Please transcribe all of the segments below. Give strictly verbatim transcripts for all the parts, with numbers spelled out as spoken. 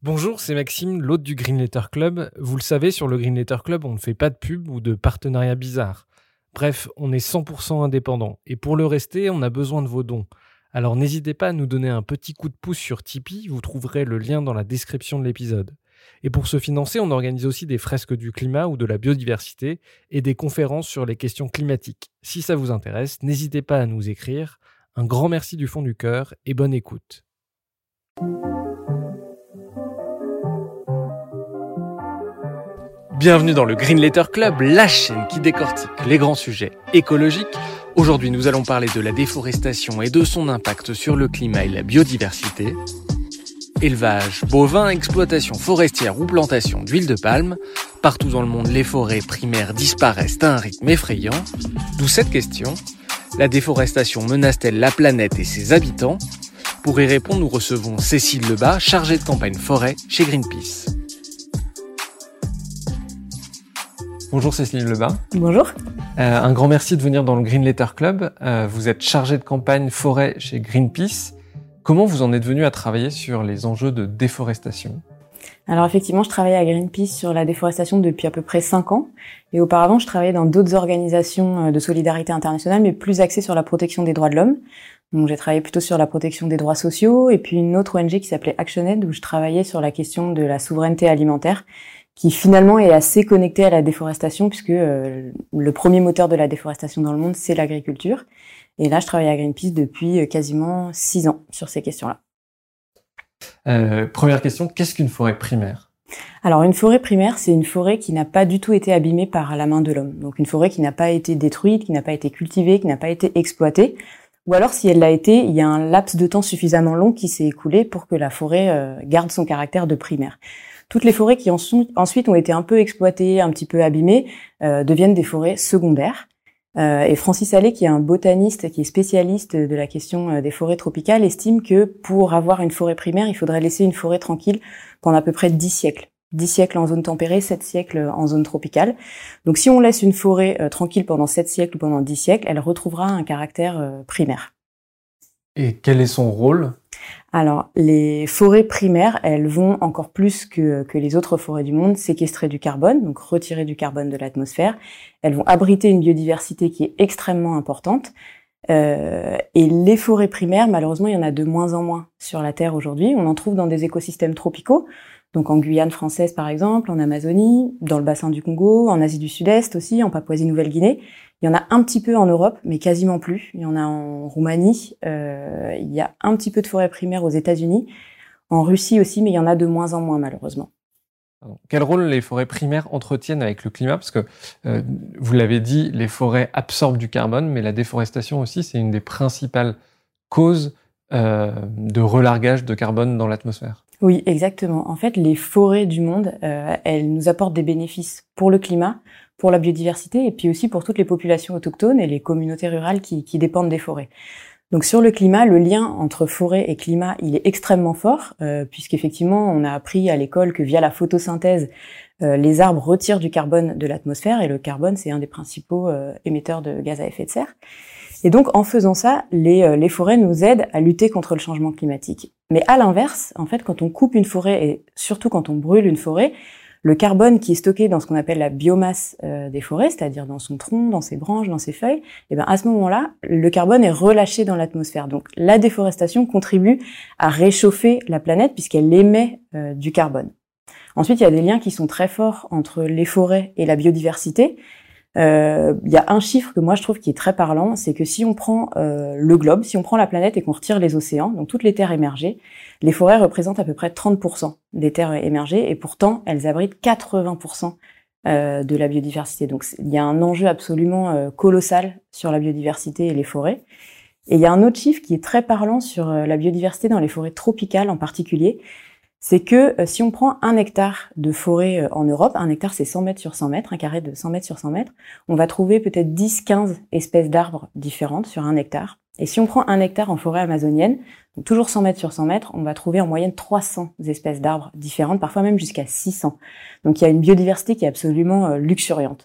Bonjour, c'est Maxime, l'hôte du Green Letter Club. Vous le savez, sur le Green Letter Club, on ne fait pas de pub ou de partenariat bizarre. Bref, on est cent pour cent indépendant. Et pour le rester, on a besoin de vos dons. Alors n'hésitez pas à nous donner un petit coup de pouce sur Tipeee, vous trouverez le lien dans la description de l'épisode. Et pour se financer, on organise aussi des fresques du climat ou de la biodiversité et des conférences sur les questions climatiques. Si ça vous intéresse, n'hésitez pas à nous écrire. Un grand merci du fond du cœur et bonne écoute. Bienvenue dans le Green Letter Club, la chaîne qui décortique les grands sujets écologiques. Aujourd'hui, nous allons parler de la déforestation et de son impact sur le climat et la biodiversité. Élevage, bovin, exploitation forestière ou plantation d'huile de palme. Partout dans le monde, les forêts primaires disparaissent à un rythme effrayant. D'où cette question, la déforestation menace-t-elle la planète et ses habitants ? Pour y répondre, nous recevons Cécile Lebas, chargée de campagne forêt chez Greenpeace. Bonjour Cécile Lebas. Bonjour. Euh, un grand merci de venir dans le Green Letter Club. Euh, vous êtes chargée de campagne forêt chez Greenpeace. Comment vous en êtes venue à travailler sur les enjeux de déforestation ? Alors effectivement, je travaille à Greenpeace sur la déforestation depuis à peu près cinq ans. Et auparavant, je travaillais dans d'autres organisations de solidarité internationale, mais plus axées sur la protection des droits de l'homme. Donc j'ai travaillé plutôt sur la protection des droits sociaux, et puis une autre O N G qui s'appelait ActionAid, où je travaillais sur la question de la souveraineté alimentaire, qui finalement est assez connectée à la déforestation, puisque euh, le premier moteur de la déforestation dans le monde, c'est l'agriculture. Et là, je travaille à Greenpeace depuis quasiment six ans sur ces questions-là. Euh, première question, qu'est-ce qu'une forêt primaire ? Alors, une forêt primaire, c'est une forêt qui n'a pas du tout été abîmée par la main de l'homme. Donc, une forêt qui n'a pas été détruite, qui n'a pas été cultivée, qui n'a pas été exploitée. Ou alors, si elle l'a été, il y a un laps de temps suffisamment long qui s'est écoulé pour que la forêt euh, garde son caractère de primaire. Toutes les forêts qui en sont, ensuite ont été un peu exploitées, un petit peu abîmées, euh, deviennent des forêts secondaires. Euh, et Francis Allais, qui est un botaniste qui est spécialiste de la question des forêts tropicales, estime que pour avoir une forêt primaire, il faudrait laisser une forêt tranquille pendant à peu près dix siècles. dix siècles en zone tempérée, sept siècles en zone tropicale. Donc si on laisse une forêt euh, tranquille pendant sept siècles ou pendant dix siècles, elle retrouvera un caractère euh, primaire. Et quel est son rôle ? Alors, les forêts primaires, elles vont encore plus que, que les autres forêts du monde séquestrer du carbone, donc retirer du carbone de l'atmosphère. Elles vont abriter une biodiversité qui est extrêmement importante. Euh, et les forêts primaires, malheureusement, il y en a de moins en moins sur la Terre aujourd'hui. On en trouve dans des écosystèmes tropicaux, donc en Guyane française par exemple, en Amazonie, dans le bassin du Congo, en Asie du Sud-Est aussi, en Papouasie-Nouvelle-Guinée. Il y en a un petit peu en Europe, mais quasiment plus. Il y en a en Roumanie, euh, il y a un petit peu de forêt primaire aux États-Unis, en Russie aussi, mais il y en a de moins en moins malheureusement. Quel rôle les forêts primaires entretiennent avec le climat ? Parce que, euh, vous l'avez dit, les forêts absorbent du carbone, mais la déforestation aussi, c'est une des principales causes euh, de relargage de carbone dans l'atmosphère. Oui, exactement. En fait, les forêts du monde, euh, elles nous apportent des bénéfices pour le climat, pour la biodiversité, et puis aussi pour toutes les populations autochtones et les communautés rurales qui, qui dépendent des forêts. Donc sur le climat, le lien entre forêt et climat, il est extrêmement fort, euh, puisqu'effectivement, on a appris à l'école que via la photosynthèse, euh, les arbres retirent du carbone de l'atmosphère, et le carbone, c'est un des principaux euh, émetteurs de gaz à effet de serre. Et donc, en faisant ça, les, euh, les forêts nous aident à lutter contre le changement climatique. Mais à l'inverse, en fait, quand on coupe une forêt, et surtout quand on brûle une forêt, le carbone qui est stocké dans ce qu'on appelle la biomasse euh, des forêts, c'est-à-dire dans son tronc, dans ses branches, dans ses feuilles, et ben à ce moment-là, le carbone est relâché dans l'atmosphère. Donc la déforestation contribue à réchauffer la planète puisqu'elle émet euh, du carbone. Ensuite, il y a des liens qui sont très forts entre les forêts et la biodiversité. Euh, il y a un chiffre que moi je trouve qui est très parlant, c'est que si on prend euh, le globe, si on prend la planète et qu'on retire les océans, donc toutes les terres émergées, les forêts représentent à peu près trente pour cent des terres émergées et pourtant elles abritent quatre-vingts pour cent euh, de la biodiversité. Donc il y a un enjeu absolument euh, colossal sur la biodiversité et les forêts. Et il y a un autre chiffre qui est très parlant sur euh, la biodiversité dans les forêts tropicales en particulier, c'est que euh, si on prend un hectare de forêt euh, en Europe, un hectare c'est cent mètres sur cent mètres, un carré de cent mètres sur cent mètres, on va trouver peut-être dix à quinze espèces d'arbres différentes sur un hectare. Et si on prend un hectare en forêt amazonienne, donc toujours cent mètres sur cent mètres, on va trouver en moyenne trois cents espèces d'arbres différentes, parfois même jusqu'à six cents. Donc il y a une biodiversité qui est absolument euh, luxuriante.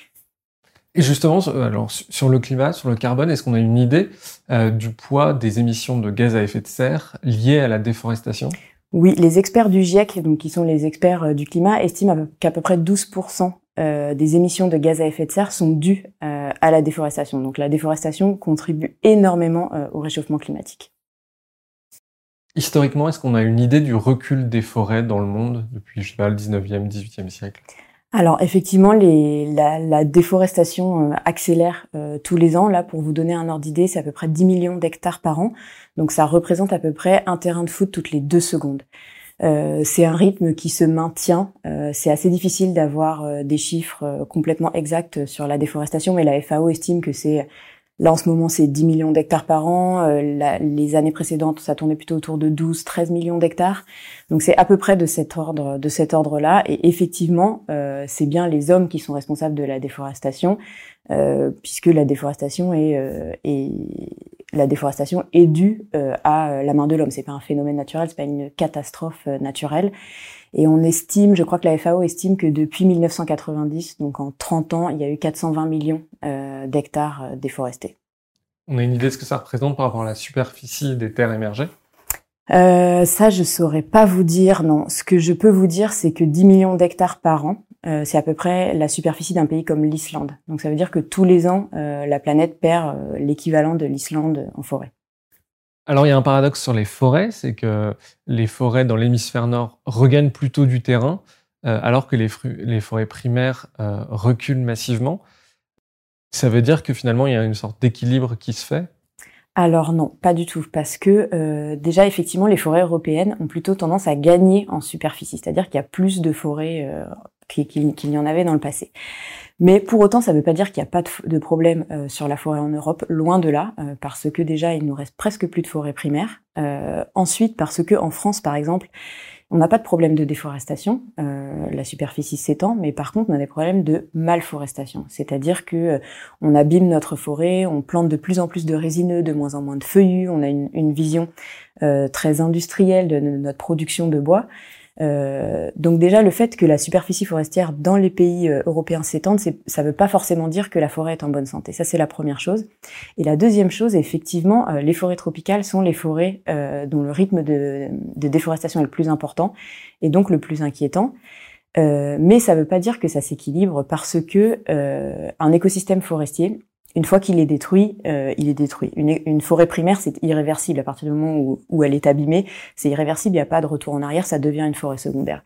Et justement, alors, sur le climat, sur le carbone, est-ce qu'on a une idée euh, du poids des émissions de gaz à effet de serre liées à la déforestation ? Oui, les experts du GIEC, donc qui sont les experts du climat, estiment qu'à peu près douze pour cent des émissions de gaz à effet de serre sont dues à la déforestation. Donc la déforestation contribue énormément au réchauffement climatique. Historiquement, est-ce qu'on a une idée du recul des forêts dans le monde depuis, je sais pas, le dix-neuvième, dix-huitième siècle? Alors effectivement, les, la, la déforestation euh, accélère euh, tous les ans. Là, pour vous donner un ordre d'idée, c'est à peu près dix millions d'hectares par an. Donc ça représente à peu près un terrain de foot toutes les deux secondes. Euh, c'est un rythme qui se maintient. Euh, c'est assez difficile d'avoir euh, des chiffres euh, complètement exacts sur la déforestation, mais la F A O estime que c'est... Là, en ce moment, c'est dix millions d'hectares par an. Euh, la, les années précédentes, ça tournait plutôt autour de douze, treize millions d'hectares. Donc, c'est à peu près de cet ordre, de cet ordre-là. Et effectivement, euh, c'est bien les hommes qui sont responsables de la déforestation, euh, puisque la déforestation est, euh, est la déforestation est due euh, à la main de l'homme. C'est pas un phénomène naturel, c'est pas une catastrophe naturelle. Et on estime, je crois que la F A O estime que depuis mille neuf cent quatre-vingt-dix, donc en trente ans, il y a eu quatre cent vingt millions euh, d'hectares euh, déforestés. On a une idée de ce que ça représente par rapport à la superficie des terres émergées? euh, Ça, je saurais pas vous dire, non. Ce que je peux vous dire, c'est que dix millions d'hectares par an, euh, c'est à peu près la superficie d'un pays comme l'Islande. Donc ça veut dire que tous les ans, euh, la planète perd euh, l'équivalent de l'Islande en forêt. Alors, il y a un paradoxe sur les forêts, c'est que les forêts dans l'hémisphère nord regagnent plutôt du terrain, euh, alors que les, les forêts primaires euh, reculent massivement. Ça veut dire que finalement, il y a une sorte d'équilibre qui se fait? Alors non, pas du tout, parce que euh, déjà, effectivement, les forêts européennes ont plutôt tendance à gagner en superficie, c'est-à-dire qu'il y a plus de forêts euh, qu'il, qu'il y en avait dans le passé. Mais pour autant, ça ne veut pas dire qu'il n'y a pas de, de problème euh, sur la forêt en Europe, loin de là, euh, parce que déjà, il nous reste presque plus de forêts primaires. Euh, ensuite, parce que en France, par exemple, on n'a pas de problème de déforestation, euh, la superficie s'étend, mais par contre, on a des problèmes de malforestation, c'est-à-dire que euh, on abîme notre forêt, on plante de plus en plus de résineux, de moins en moins de feuillus, on a une, une vision euh, très industrielle de notre production de bois. Euh, donc déjà, le fait que la superficie forestière dans les pays euh, européens s'étende, c'est, ça ne veut pas forcément dire que la forêt est en bonne santé. Ça, c'est la première chose. Et la deuxième chose, effectivement, euh, les forêts tropicales sont les forêts euh, dont le rythme de, de déforestation est le plus important et donc le plus inquiétant. Euh, mais ça ne veut pas dire que ça s'équilibre parce que euh, un écosystème forestier, une fois qu'il est détruit, euh, il est détruit. Une, une forêt primaire, c'est irréversible. À partir du moment où, où elle est abîmée, c'est irréversible, il n'y a pas de retour en arrière, ça devient une forêt secondaire.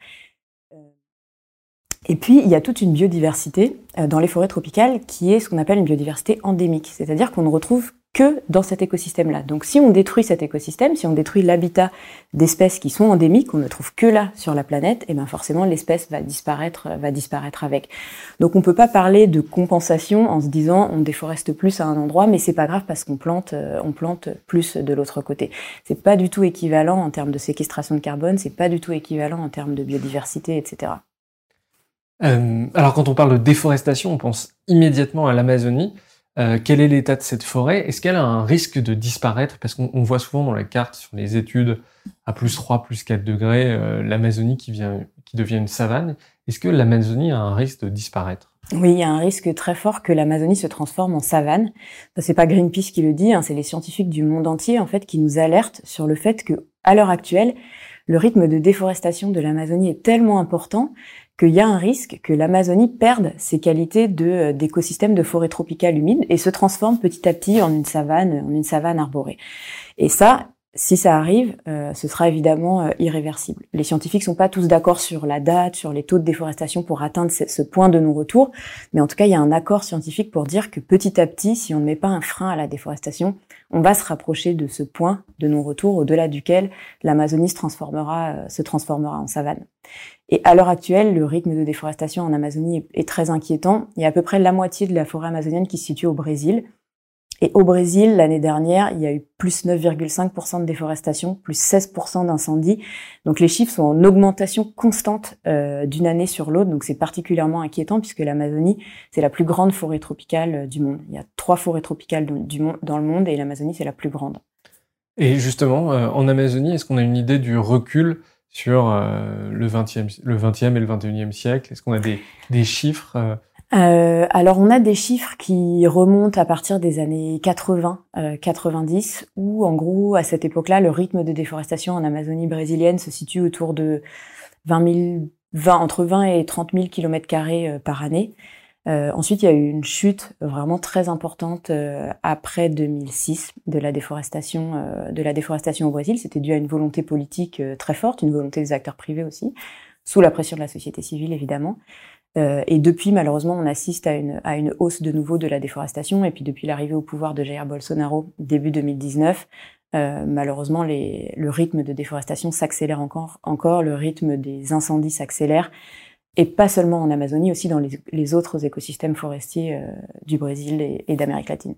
Et puis, il y a toute une biodiversité euh, dans les forêts tropicales qui est ce qu'on appelle une biodiversité endémique, c'est-à-dire qu'on ne retrouve que dans cet écosystème-là. Donc si on détruit cet écosystème, si on détruit l'habitat d'espèces qui sont endémiques, on ne trouve que là sur la planète, et ben forcément l'espèce va disparaître, va disparaître avec. Donc on peut pas parler de compensation en se disant on déforeste plus à un endroit, mais c'est pas grave parce qu'on plante, on plante plus de l'autre côté. C'est pas du tout équivalent en termes de séquestration de carbone, c'est pas du tout équivalent en termes de biodiversité, et cetera. Euh, alors quand on parle de déforestation, on pense immédiatement à l'Amazonie. Euh, quel est l'état de cette forêt? Est-ce qu'elle a un risque de disparaître? Parce qu'on on voit souvent dans la carte, sur les études, à plus trois, plus quatre degrés, euh, l'Amazonie qui, vient, qui devient une savane. Est-ce que l'Amazonie a un risque de disparaître? Oui, il y a un risque très fort que l'Amazonie se transforme en savane. Ça, c'est pas Greenpeace qui le dit, hein, c'est les scientifiques du monde entier en fait qui nous alertent sur le fait que, à l'heure actuelle, le rythme de déforestation de l'Amazonie est tellement important qu'il y a un risque que l'Amazonie perde ses qualités de, d'écosystème de forêt tropicale humide et se transforme petit à petit en une savane, en une savane arborée. Et ça, si ça arrive, euh, ce sera évidemment euh, irréversible. Les scientifiques sont pas tous d'accord sur la date, sur les taux de déforestation pour atteindre ce, ce point de non-retour, mais en tout cas, il y a un accord scientifique pour dire que petit à petit, si on ne met pas un frein à la déforestation, on va se rapprocher de ce point de non-retour au-delà duquel l'Amazonie se transformera, euh, se transformera en savane. Et à l'heure actuelle, le rythme de déforestation en Amazonie est, est très inquiétant. Il y a à peu près la moitié de la forêt amazonienne qui se situe au Brésil. Et au Brésil, l'année dernière, il y a eu plus neuf virgule cinq pour cent de déforestation, plus seize pour cent d'incendies. Donc les chiffres sont en augmentation constante euh, d'une année sur l'autre. Donc c'est particulièrement inquiétant puisque l'Amazonie, c'est la plus grande forêt tropicale du monde. Il y a trois forêts tropicales du monde, dans le monde et l'Amazonie, c'est la plus grande. Et justement, euh, en Amazonie, est-ce qu'on a une idée du recul sur euh, le vingtième, le vingtième et le vingt et unième siècle? Est-ce qu'on a des, des chiffres euh... Euh, alors on a des chiffres qui remontent à partir des années quatre-vingts, euh, quatre-vingt-dix, où en gros à cette époque-là, le rythme de déforestation en Amazonie brésilienne se situe autour de vingt mille, vingt, entre vingt et trente mille kilomètres carrés par année. Euh, ensuite, il y a eu une chute vraiment très importante euh, après deux mille six de la déforestation, euh, de la déforestation au Brésil. C'était dû à une volonté politique euh, très forte, une volonté des acteurs privés aussi, sous la pression de la société civile évidemment. Euh, et depuis, malheureusement, on assiste à une, à une hausse de nouveau de la déforestation. Et puis depuis l'arrivée au pouvoir de Jair Bolsonaro, début deux mille dix-neuf, euh, malheureusement, les, le rythme de déforestation s'accélère encore, encore, le rythme des incendies s'accélère. Et pas seulement en Amazonie, aussi dans les, les autres écosystèmes forestiers euh, du Brésil et, et d'Amérique latine.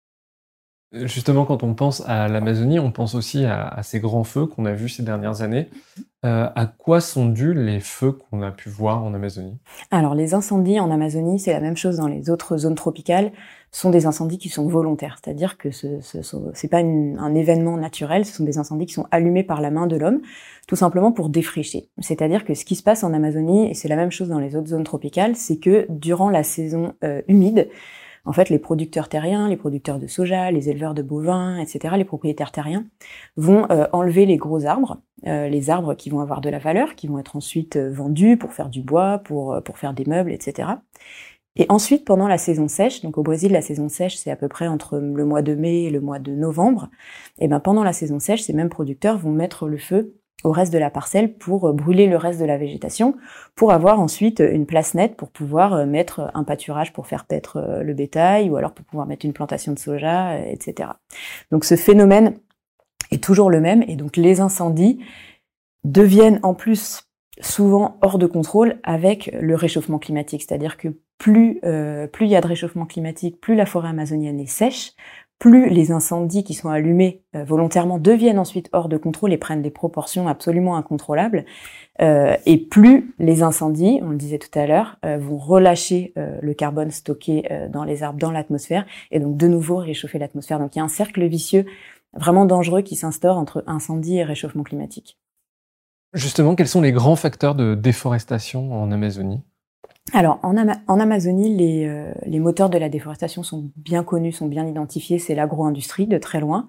Justement, quand on pense à l'Amazonie, on pense aussi à, à ces grands feux qu'on a vus ces dernières années. Euh, à quoi sont dus les feux qu'on a pu voir en Amazonie? Alors, les incendies en Amazonie, c'est la même chose dans les autres zones tropicales, sont des incendies qui sont volontaires. C'est-à-dire que ce, ce, ce c'est pas une, un événement naturel, ce sont des incendies qui sont allumés par la main de l'homme, tout simplement pour défricher. C'est-à-dire que ce qui se passe en Amazonie, et c'est la même chose dans les autres zones tropicales, c'est que durant la saison euh, humide, en fait, les producteurs terriens, les producteurs de soja, les éleveurs de bovins, et cetera, les propriétaires terriens, vont euh, enlever les gros arbres, euh, les arbres qui vont avoir de la valeur, qui vont être ensuite euh, vendus pour faire du bois, pour, pour faire des meubles, et cetera. Et ensuite, pendant la saison sèche, donc au Brésil, la saison sèche, c'est à peu près entre le mois de mai et le mois de novembre, et ben pendant la saison sèche, ces mêmes producteurs vont mettre le feu au reste de la parcelle pour brûler le reste de la végétation, pour avoir ensuite une place nette pour pouvoir mettre un pâturage pour faire paître le bétail, ou alors pour pouvoir mettre une plantation de soja, et cetera. Donc ce phénomène est toujours le même, et donc les incendies deviennent en plus souvent hors de contrôle avec le réchauffement climatique. C'est-à-dire que plus euh, plus il y a de réchauffement climatique, plus la forêt amazonienne est sèche, plus les incendies qui sont allumés euh, volontairement deviennent ensuite hors de contrôle et prennent des proportions absolument incontrôlables, euh, et plus les incendies, on le disait tout à l'heure, euh, vont relâcher euh, le carbone stocké euh, dans les arbres, dans l'atmosphère, et donc de nouveau réchauffer l'atmosphère. Donc il y a un cercle vicieux vraiment dangereux qui s'instaure entre incendie et réchauffement climatique. Justement, quels sont les grands facteurs de déforestation en Amazonie ? Alors, en, Ama- en Amazonie, les, euh, les moteurs de la déforestation sont bien connus, sont bien identifiés. C'est l'agro-industrie, de très loin.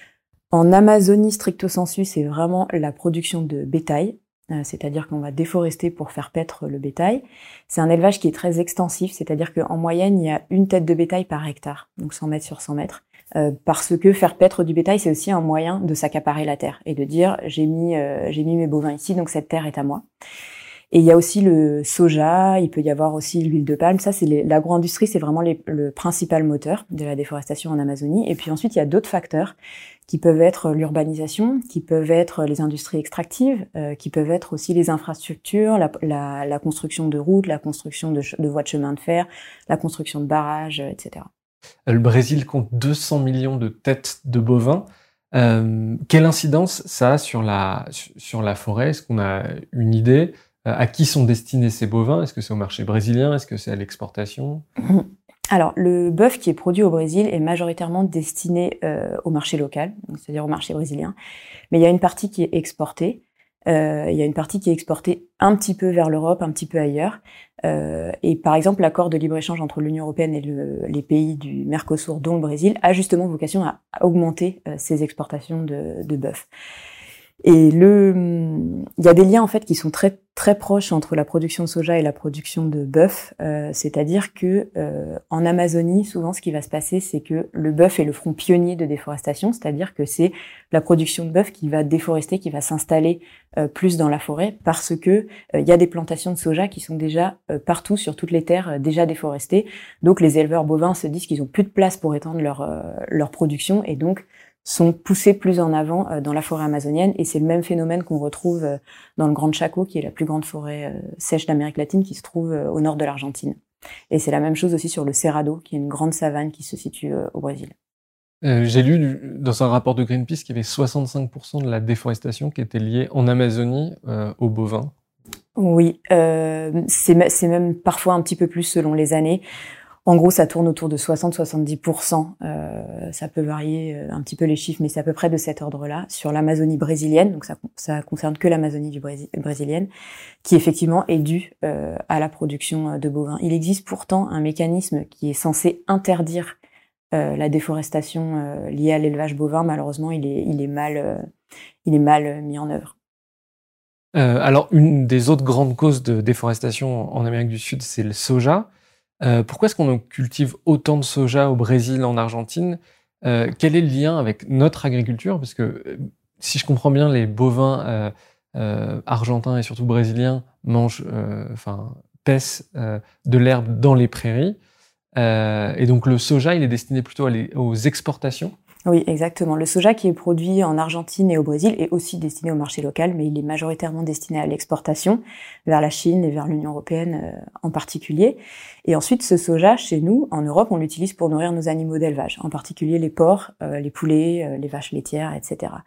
En Amazonie, stricto sensu, c'est vraiment la production de bétail. Euh, c'est-à-dire qu'on va déforester pour faire paître le bétail. C'est un élevage qui est très extensif, c'est-à-dire qu'en moyenne, il y a une tête de bétail par hectare, donc cent mètres sur cent mètres. Euh, parce que faire paître du bétail, c'est aussi un moyen de s'accaparer la terre et de dire j'ai mis euh, j'ai mis mes bovins ici, donc cette terre est à moi. Et il y a aussi le soja, il peut y avoir aussi l'huile de palme. Ça, c'est les, l'agro-industrie, c'est vraiment les, le principal moteur de la déforestation en Amazonie. Et puis ensuite, il y a d'autres facteurs qui peuvent être l'urbanisation, qui peuvent être les industries extractives, euh, qui peuvent être aussi les infrastructures, la, la, la construction de routes, la construction de, de voies de chemin de fer, la construction de barrages, et cetera. Le Brésil compte deux cents millions de têtes de bovins. Euh, quelle incidence ça a sur la, sur la forêt ? Est-ce qu'on a une idée ? À qui sont destinés ces bovins ? Est-ce que c'est au marché brésilien ? Est-ce que c'est à l'exportation ? Alors, le bœuf qui est produit au Brésil est majoritairement destiné euh, au marché local, c'est-à-dire au marché brésilien. Mais il y a une partie qui est exportée. Euh, il y a une partie qui est exportée un petit peu vers l'Europe, un petit peu ailleurs. Euh, et par exemple, l'accord de libre-échange entre l'Union européenne et le, les pays du Mercosur, dont le Brésil, a justement vocation à augmenter euh, ces exportations de, de bœuf. Et le, il y a des liens en fait qui sont très très proches entre la production de soja et la production de bœuf. Euh, c'est-à-dire que euh, en Amazonie, souvent, ce qui va se passer, c'est que le bœuf est le front pionnier de déforestation, c'est-à-dire que c'est la production de bœuf qui va déforester, qui va s'installer euh, plus dans la forêt, parce que euh, il y a des plantations de soja qui sont déjà euh, partout sur toutes les terres euh, déjà déforestées. Donc les éleveurs bovins se disent qu'ils ont plus de place pour étendre leur euh, leur production, et donc sont poussés plus en avant euh, dans la forêt amazonienne, et c'est le même phénomène qu'on retrouve euh, dans le Grand Chaco, qui est la plus grande forêt euh, sèche d'Amérique latine, qui se trouve euh, au nord de l'Argentine. Et c'est la même chose aussi sur le Cerrado, qui est une grande savane qui se situe euh, au Brésil. Euh, j'ai lu du, dans un rapport de Greenpeace qu'il y avait soixante-cinq pour cent de la déforestation qui était liée en Amazonie euh, aux bovins. Oui, euh, c'est, c'est même parfois un petit peu plus selon les années. En gros, ça tourne autour de soixante à soixante-dix pour cent. Euh, ça peut varier un petit peu les chiffres, mais c'est à peu près de cet ordre-là sur l'Amazonie brésilienne. Donc ça, ça concerne que l'Amazonie du Brésil, brésilienne, qui effectivement est due euh, à la production de bovins. Il existe pourtant un mécanisme qui est censé interdire euh, la déforestation euh, liée à l'élevage bovin. Malheureusement, il est, il est mal, euh, il est mal mis en œuvre. Euh, alors, une des autres grandes causes de déforestation en Amérique du Sud, c'est le soja. Euh, pourquoi est-ce qu'on cultive autant de soja au Brésil, en Argentine? euh, Quel est le lien avec notre agriculture? Parce que, euh, si je comprends bien, les bovins euh, euh, argentins et surtout brésiliens mangent, euh, enfin, paissent euh, de l'herbe dans les prairies. Euh, et donc, le soja, il est destiné plutôt à les, aux exportations. Oui, exactement. Le soja qui est produit en Argentine et au Brésil est aussi destiné au marché local, mais il est majoritairement destiné à l'exportation vers la Chine et vers l'Union européenne euh, en particulier. Et ensuite, ce soja, chez nous, en Europe, on l'utilise pour nourrir nos animaux d'élevage, en particulier les porcs, euh, les poulets, euh, les vaches laitières, et cetera.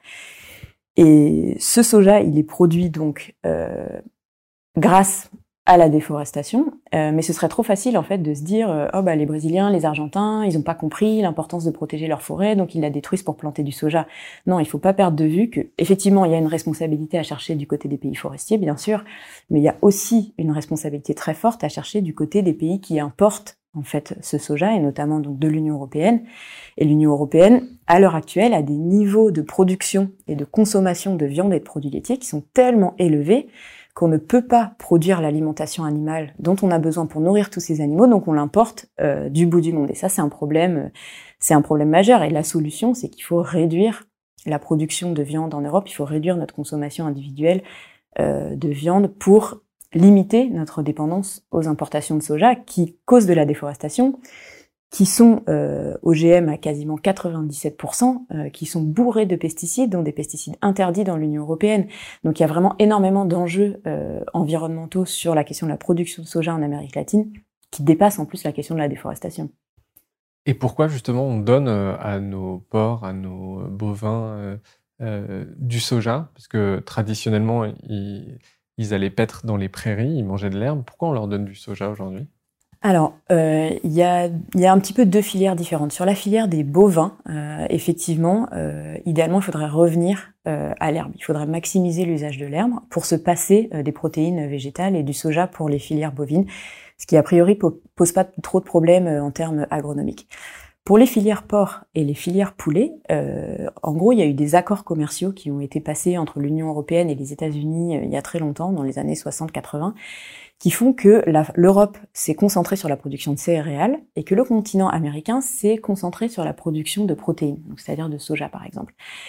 Et ce soja, il est produit donc euh, grâce à la déforestation, euh, mais ce serait trop facile en fait de se dire euh, oh bah les Brésiliens, les Argentins, ils ont pas compris l'importance de protéger leur forêt, donc ils la détruisent pour planter du soja. Non, il faut pas perdre de vue que effectivement il y a une responsabilité à chercher du côté des pays forestiers, bien sûr, mais il y a aussi une responsabilité très forte à chercher du côté des pays qui importent en fait ce soja, et notamment donc de l'Union européenne. Et l'Union européenne, à l'heure actuelle, a des niveaux de production et de consommation de viande et de produits laitiers qui sont tellement élevés qu'on ne peut pas produire l'alimentation animale dont on a besoin pour nourrir tous ces animaux, donc on l'importe euh, du bout du monde. Et ça, c'est un problème, c'est un problème majeur. Et la solution, c'est qu'il faut réduire la production de viande en Europe, il faut réduire notre consommation individuelle euh, de viande pour limiter notre dépendance aux importations de soja qui causent de la déforestation, qui sont euh, O G M à quasiment quatre-vingt-dix-sept pour cent, euh, qui sont bourrés de pesticides, dont des pesticides interdits dans l'Union européenne. Donc il y a vraiment énormément d'enjeux euh, environnementaux sur la question de la production de soja en Amérique latine, qui dépassent en plus la question de la déforestation. Et pourquoi justement on donne euh, à nos porcs, à nos bovins euh, euh, du soja? Parce que traditionnellement, ils, ils allaient paître dans les prairies, ils mangeaient de l'herbe. Pourquoi on leur donne du soja aujourd'hui? Alors, il euh, y, a, y a un petit peu deux filières différentes. Sur la filière des bovins, euh, effectivement, euh, idéalement, il faudrait revenir euh, à l'herbe. Il faudrait maximiser l'usage de l'herbe pour se passer euh, des protéines végétales et du soja pour les filières bovines, ce qui, a priori, pose pas trop de problèmes en termes agronomiques. Pour les filières porcs et les filières poulets, euh, en gros, il y a eu des accords commerciaux qui ont été passés entre l'Union européenne et les États-Unis euh, il y a très longtemps, dans les années soixante quatre-vingts, qui font que la, l'Europe s'est concentrée sur la production de céréales et que le continent américain s'est concentré sur la production de protéines, donc c'est-à-dire de soja par exemple.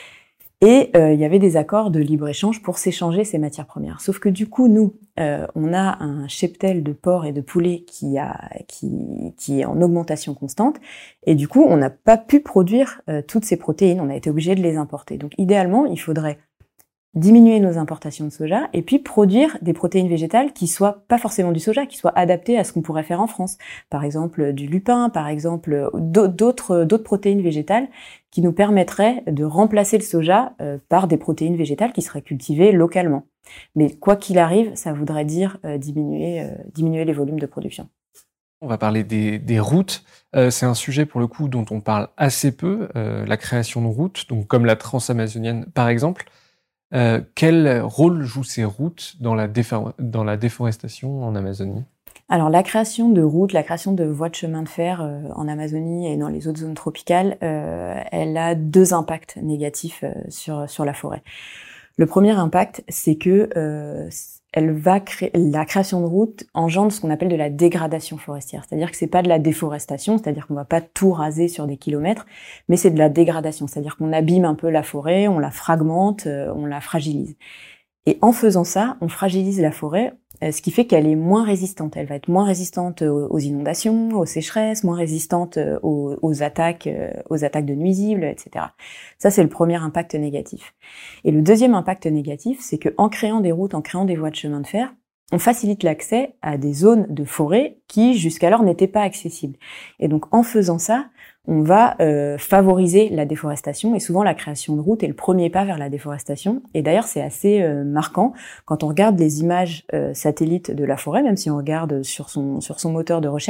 Et euh, il y avait des accords de libre-échange pour s'échanger ces matières premières. Sauf que du coup, nous, euh, on a un cheptel de porcs et de poulets qui, a, qui, qui est en augmentation constante, et du coup, on n'a pas pu produire euh, toutes ces protéines, on a été obligé de les importer. Donc idéalement, il faudrait diminuer nos importations de soja et puis produire des protéines végétales qui soient pas forcément du soja, qui soient adaptées à ce qu'on pourrait faire en France. Par exemple du lupin, par exemple d'autres d'autres protéines végétales qui nous permettraient de remplacer le soja euh, par des protéines végétales qui seraient cultivées localement. Mais quoi qu'il arrive, ça voudrait dire euh, diminuer euh, diminuer les volumes de production. On va parler des, des routes. Euh, c'est un sujet pour le coup dont on parle assez peu, euh, la création de routes, donc comme la transamazonienne par exemple. Euh, quel rôle jouent ces routes dans la, défor- dans la déforestation en Amazonie? Alors la création de routes, la création de voies de chemin de fer euh, en Amazonie et dans les autres zones tropicales, euh, elle a deux impacts négatifs euh, sur sur la forêt. Le premier impact, c'est que euh, elle va créer la création de routes engendre ce qu'on appelle de la dégradation forestière, c'est-à-dire que c'est pas de la déforestation, c'est-à-dire qu'on va pas tout raser sur des kilomètres, mais c'est de la dégradation, c'est-à-dire qu'on abîme un peu la forêt, on la fragmente, euh, on la fragilise. Et en faisant ça, on fragilise la forêt, ce qui fait qu'elle est moins résistante. Elle va être moins résistante aux inondations, aux sécheresses, moins résistante aux, aux attaques, aux attaques de nuisibles, et cetera. Ça, c'est le premier impact négatif. Et le deuxième impact négatif, c'est qu'en créant des routes, en créant des voies de chemin de fer, on facilite l'accès à des zones de forêt qui, jusqu'alors, n'étaient pas accessibles. Et donc, en faisant ça, on va euh, favoriser la déforestation, et souvent la création de routes est le premier pas vers la déforestation. Et d'ailleurs, c'est assez euh, marquant quand on regarde les images euh, satellites de la forêt, même si on regarde sur son sur son moteur de recherche,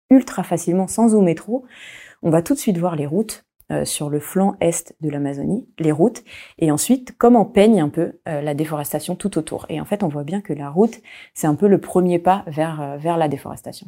ultra facilement, sans zoomer trop, on va tout de suite voir les routes euh, sur le flanc est de l'Amazonie, les routes, et ensuite comment peigne un peu euh, la déforestation tout autour. Et en fait, on voit bien que la route, c'est un peu le premier pas vers, euh, vers la déforestation.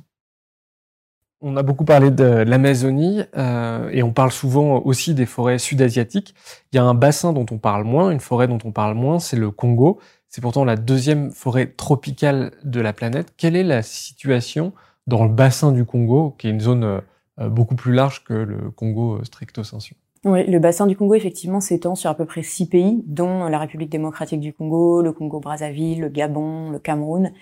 On a beaucoup parlé de l'Amazonie euh, et on parle souvent aussi des forêts sud-asiatiques. Il y a un bassin dont on parle moins, une forêt dont on parle moins, c'est le Congo. C'est pourtant la deuxième forêt tropicale de la planète. Quelle est la situation dans le bassin du Congo, qui est une zone euh, beaucoup plus large que le Congo euh, stricto sensu? Oui, le bassin du Congo, effectivement, s'étend sur à peu près six pays, dont la République démocratique du Congo, le Congo-Brazzaville, le Gabon, le Cameroun.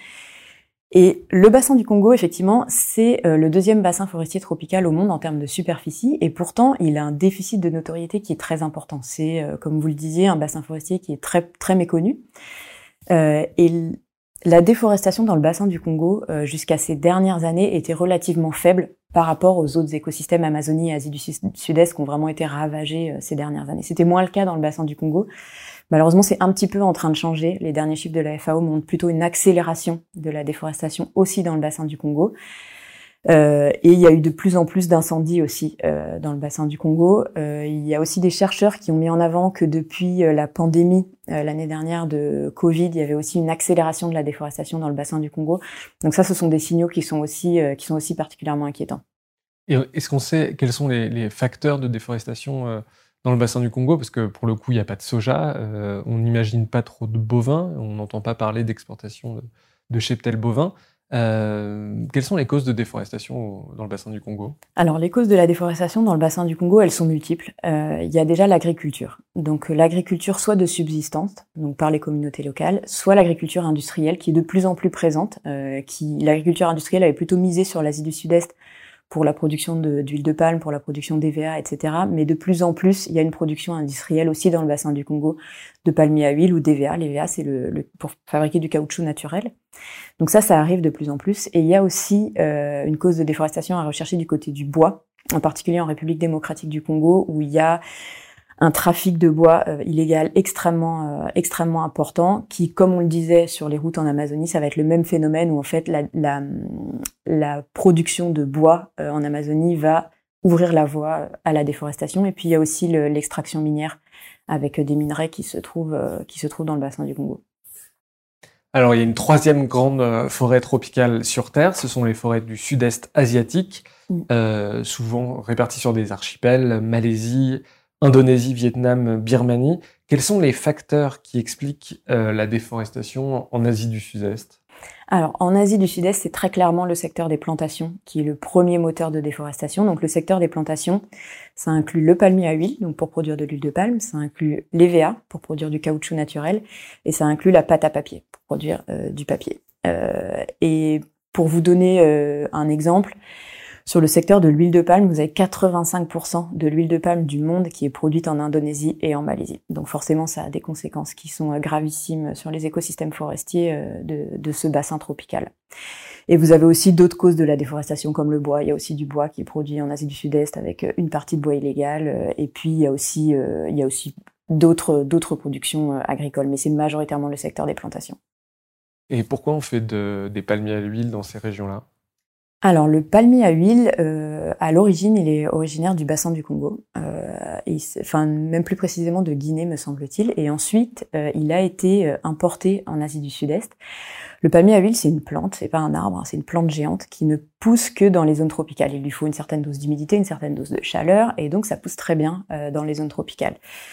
Et le bassin du Congo, effectivement, c'est euh, le deuxième bassin forestier tropical au monde en termes de superficie, et pourtant, il a un déficit de notoriété qui est très important. C'est, euh, comme vous le disiez, un bassin forestier qui est très très méconnu. Euh, et l- la déforestation dans le bassin du Congo, euh, jusqu'à ces dernières années, était relativement faible par rapport aux autres écosystèmes Amazonie et Asie du Sud- Sud-Est qui ont vraiment été ravagés euh, ces dernières années. C'était moins le cas dans le bassin du Congo. Malheureusement, c'est un petit peu en train de changer. Les derniers chiffres de la F A O montrent plutôt une accélération de la déforestation aussi dans le bassin du Congo. Euh, et il y a eu de plus en plus d'incendies aussi euh, dans le bassin du Congo. Euh, il y a aussi des chercheurs qui ont mis en avant que depuis euh, la pandémie euh, l'année dernière de Covid, il y avait aussi une accélération de la déforestation dans le bassin du Congo. Donc ça, ce sont des signaux qui sont aussi euh, qui sont aussi particulièrement inquiétants. Et est-ce qu'on sait quels sont les, les facteurs de déforestation euh, dans le bassin du Congo? Parce que pour le coup, il n'y a pas de soja, euh, on n'imagine pas trop de bovins, on n'entend pas parler d'exportation de, de cheptel bovin. Euh, quelles sont les causes de déforestation au- dans le bassin du Congo? Alors, les causes de la déforestation dans le bassin du Congo, elles sont multiples. Euh, il y a déjà l'agriculture. Donc, euh, l'agriculture soit de subsistance, donc par les communautés locales, soit l'agriculture industrielle qui est de plus en plus présente. Euh, qui, l'agriculture industrielle avait plutôt misé sur l'Asie du Sud-Est pour la production de- d'huile de palme, pour la production d'E V A, et cetera. Mais de plus en plus, il y a une production industrielle aussi dans le bassin du Congo de palmier à huile ou d'E V A. L'E V A, c'est le, le, pour fabriquer du caoutchouc naturel. Donc ça, ça arrive de plus en plus. Et il y a aussi euh, une cause de déforestation à rechercher du côté du bois, en particulier en République démocratique du Congo, où il y a un trafic de bois euh, illégal extrêmement euh, extrêmement important, qui, comme on le disait sur les routes en Amazonie, ça va être le même phénomène où en fait la, la, la production de bois euh, en Amazonie va ouvrir la voie à la déforestation. Et puis il y a aussi le, l'extraction minière avec des minerais qui se trouvent euh, qui se trouvent dans le bassin du Congo. Alors, il y a une troisième grande euh, forêt tropicale sur Terre, ce sont les forêts du sud-est asiatique, Mm. euh, souvent réparties sur des archipels, Malaisie, Indonésie, Vietnam, Birmanie. Quels sont les facteurs qui expliquent euh, la déforestation en Asie du Sud-Est? Alors, en Asie du Sud-Est, c'est très clairement le secteur des plantations qui est le premier moteur de déforestation. Donc, le secteur des plantations, ça inclut le palmier à huile, donc pour produire de l'huile de palme, ça inclut l'E V A pour produire du caoutchouc naturel, et ça inclut la pâte à papier pour produire euh, du papier. Euh, et pour vous donner euh, un exemple, sur le secteur de l'huile de palme, vous avez quatre-vingt-cinq pour cent de l'huile de palme du monde qui est produite en Indonésie et en Malaisie. Donc forcément, ça a des conséquences qui sont gravissimes sur les écosystèmes forestiers de, de ce bassin tropical. Et vous avez aussi d'autres causes de la déforestation comme le bois. Il y a aussi du bois qui est produit en Asie du Sud-Est avec une partie de bois illégal. Et puis il y a aussi, il y a aussi d'autres, d'autres productions agricoles, mais c'est majoritairement le secteur des plantations. Et pourquoi on fait de, des palmiers à l'huile dans ces régions-là? Alors le palmier à huile, euh, à l'origine, il est originaire du bassin du Congo, euh, et, enfin même plus précisément de Guinée, me semble-t-il. Et ensuite, euh, il a été importé en Asie du Sud-Est. Le palmier à huile, c'est une plante, c'est pas un arbre, hein, c'est une plante géante qui ne pousse que dans les zones tropicales. Il lui faut une certaine dose d'humidité, une certaine dose de chaleur, et donc ça pousse très bien euh, dans les zones tropicales.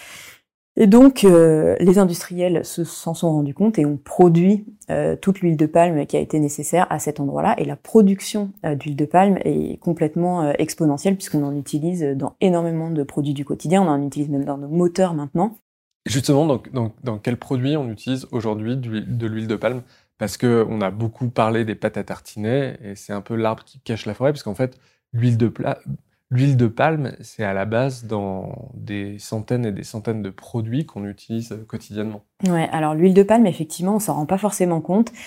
Et donc, euh, les industriels se, s'en sont rendus compte et ont produit euh, toute l'huile de palme qui a été nécessaire à cet endroit-là. Et la production euh, d'huile de palme est complètement euh, exponentielle puisqu'on en utilise dans énormément de produits du quotidien. On en utilise même dans nos moteurs maintenant. Justement, dans, dans, dans quels produits on utilise aujourd'hui de l'huile de palme? Parce qu'on a beaucoup parlé des pâtes à tartiner, et c'est un peu l'arbre qui cache la forêt, parce qu'en fait, l'huile de, pla... l'huile de palme, c'est à la base dans des centaines et des centaines de produits qu'on utilise quotidiennement. Ouais, alors l'huile de palme, effectivement, on s'en rend pas forcément compte.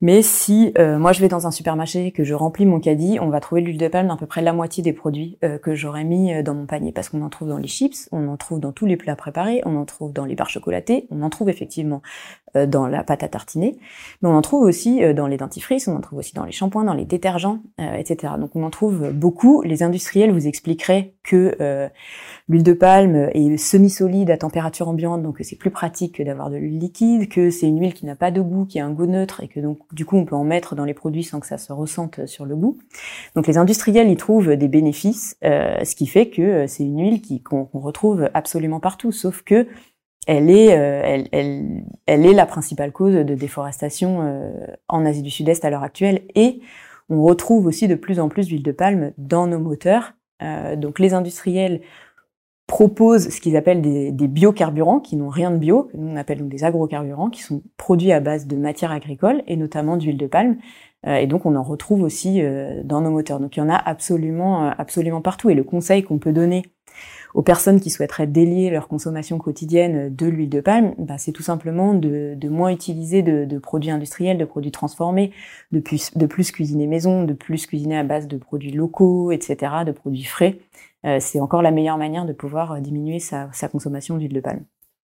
Mais si euh, moi je vais dans un supermarché, que je remplis mon caddie, on va trouver de l'huile de palme dans à peu près la moitié des produits euh, que j'aurais mis dans mon panier, parce qu'on en trouve dans les chips, on en trouve dans tous les plats préparés, on en trouve dans les barres chocolatées, on en trouve effectivement euh, dans la pâte à tartiner, mais on en trouve aussi euh, dans les dentifrices, on en trouve aussi dans les shampoings, dans les détergents, euh, et cetera. Donc on en trouve beaucoup. Les industriels vous expliqueraient que euh, l'huile de palme est semi-solide à température ambiante, donc c'est plus pratique que d'avoir de l'huile liquide, que c'est une huile qui n'a pas de goût, qui a un goût neutre, et que donc du coup on peut en mettre dans les produits sans que ça se ressente sur le goût. Donc les industriels y trouvent des bénéfices, euh, ce qui fait que c'est une huile qui qu'on, qu'on retrouve absolument partout, sauf que elle est, euh, elle, elle, elle est la principale cause de déforestation euh, en Asie du Sud-Est à l'heure actuelle, et on retrouve aussi de plus en plus d'huile de palme dans nos moteurs. Euh, donc les industriels proposent ce qu'ils appellent des, des biocarburants, qui n'ont rien de bio, que nous on appelle donc des agrocarburants, qui sont produits à base de matières agricoles, et notamment d'huile de palme, euh, et donc on en retrouve aussi euh, dans nos moteurs. Donc il y en a absolument, euh, absolument partout, et le conseil qu'on peut donner aux personnes qui souhaiteraient délier leur consommation quotidienne de l'huile de palme, bah, c'est tout simplement de, de moins utiliser de, de produits industriels, de produits transformés, de plus, de plus cuisiner maison, de plus cuisiner à base de produits locaux, et cetera, de produits frais. Euh, c'est encore la meilleure manière de pouvoir diminuer sa, sa consommation d'huile de palme.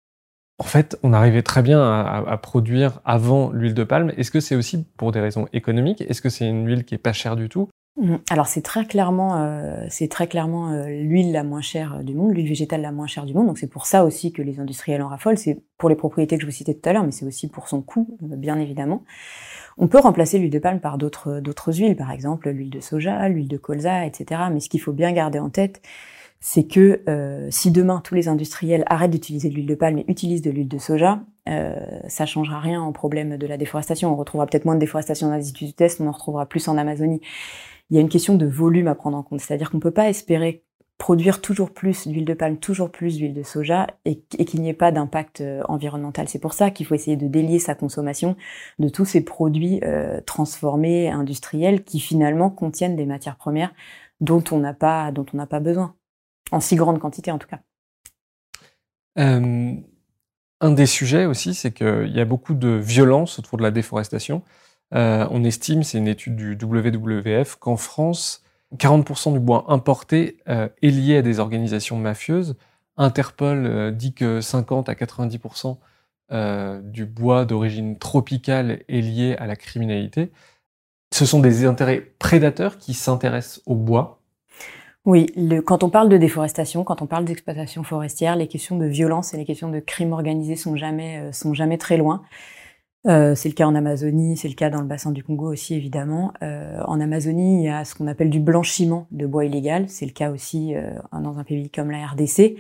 En fait, on arrivait très bien à, à produire avant l'huile de palme. Est-ce que c'est aussi pour des raisons économiques? Est-ce que c'est une huile qui est pas chère du tout? Alors c'est très clairement, euh, c'est très clairement euh, l'huile la moins chère du monde, l'huile végétale la moins chère du monde. Donc c'est pour ça aussi que les industriels en raffolent. C'est pour les propriétés que je vous citais tout à l'heure, mais c'est aussi pour son coût, bien évidemment. On peut remplacer l'huile de palme par d'autres d'autres huiles, par exemple l'huile de soja, l'huile de colza, et cetera. Mais ce qu'il faut bien garder en tête, c'est que euh, si demain tous les industriels arrêtent d'utiliser de l'huile de palme et utilisent de l'huile de soja, euh, ça changera rien au problème de la déforestation. On retrouvera peut-être moins de déforestation en Asie du Sud-Est, on en retrouvera plus en Amazonie. Il y a une question de volume à prendre en compte, c'est-à-dire qu'on peut pas espérer produire toujours plus d'huile de palme, toujours plus d'huile de soja, et, et qu'il n'y ait pas d'impact euh, environnemental. C'est pour ça qu'il faut essayer de délier sa consommation de tous ces produits euh, transformés, industriels, qui finalement contiennent des matières premières dont on n'a pas, dont on n'a pas besoin, en si grande quantité en tout cas. Euh, un des sujets aussi, c'est qu'il y a beaucoup de violence autour de la déforestation. Euh, on estime, c'est une étude du W W F, qu'en France, quarante pour cent du bois importé euh, est lié à des organisations mafieuses. Interpol euh, dit que cinquante à quatre-vingt-dix pour cent euh, du bois d'origine tropicale est lié à la criminalité. Ce sont des intérêts prédateurs qui s'intéressent au bois. Oui, le, quand on parle de déforestation, quand on parle d'exploitation forestière, les questions de violence et les questions de crime organisé sont jamais, euh, sont jamais très loin. Euh, c'est le cas en Amazonie, c'est le cas dans le bassin du Congo aussi évidemment. Euh, en Amazonie, il y a ce qu'on appelle du blanchiment de bois illégal. C'est le cas aussi euh, dans un pays comme la R D C.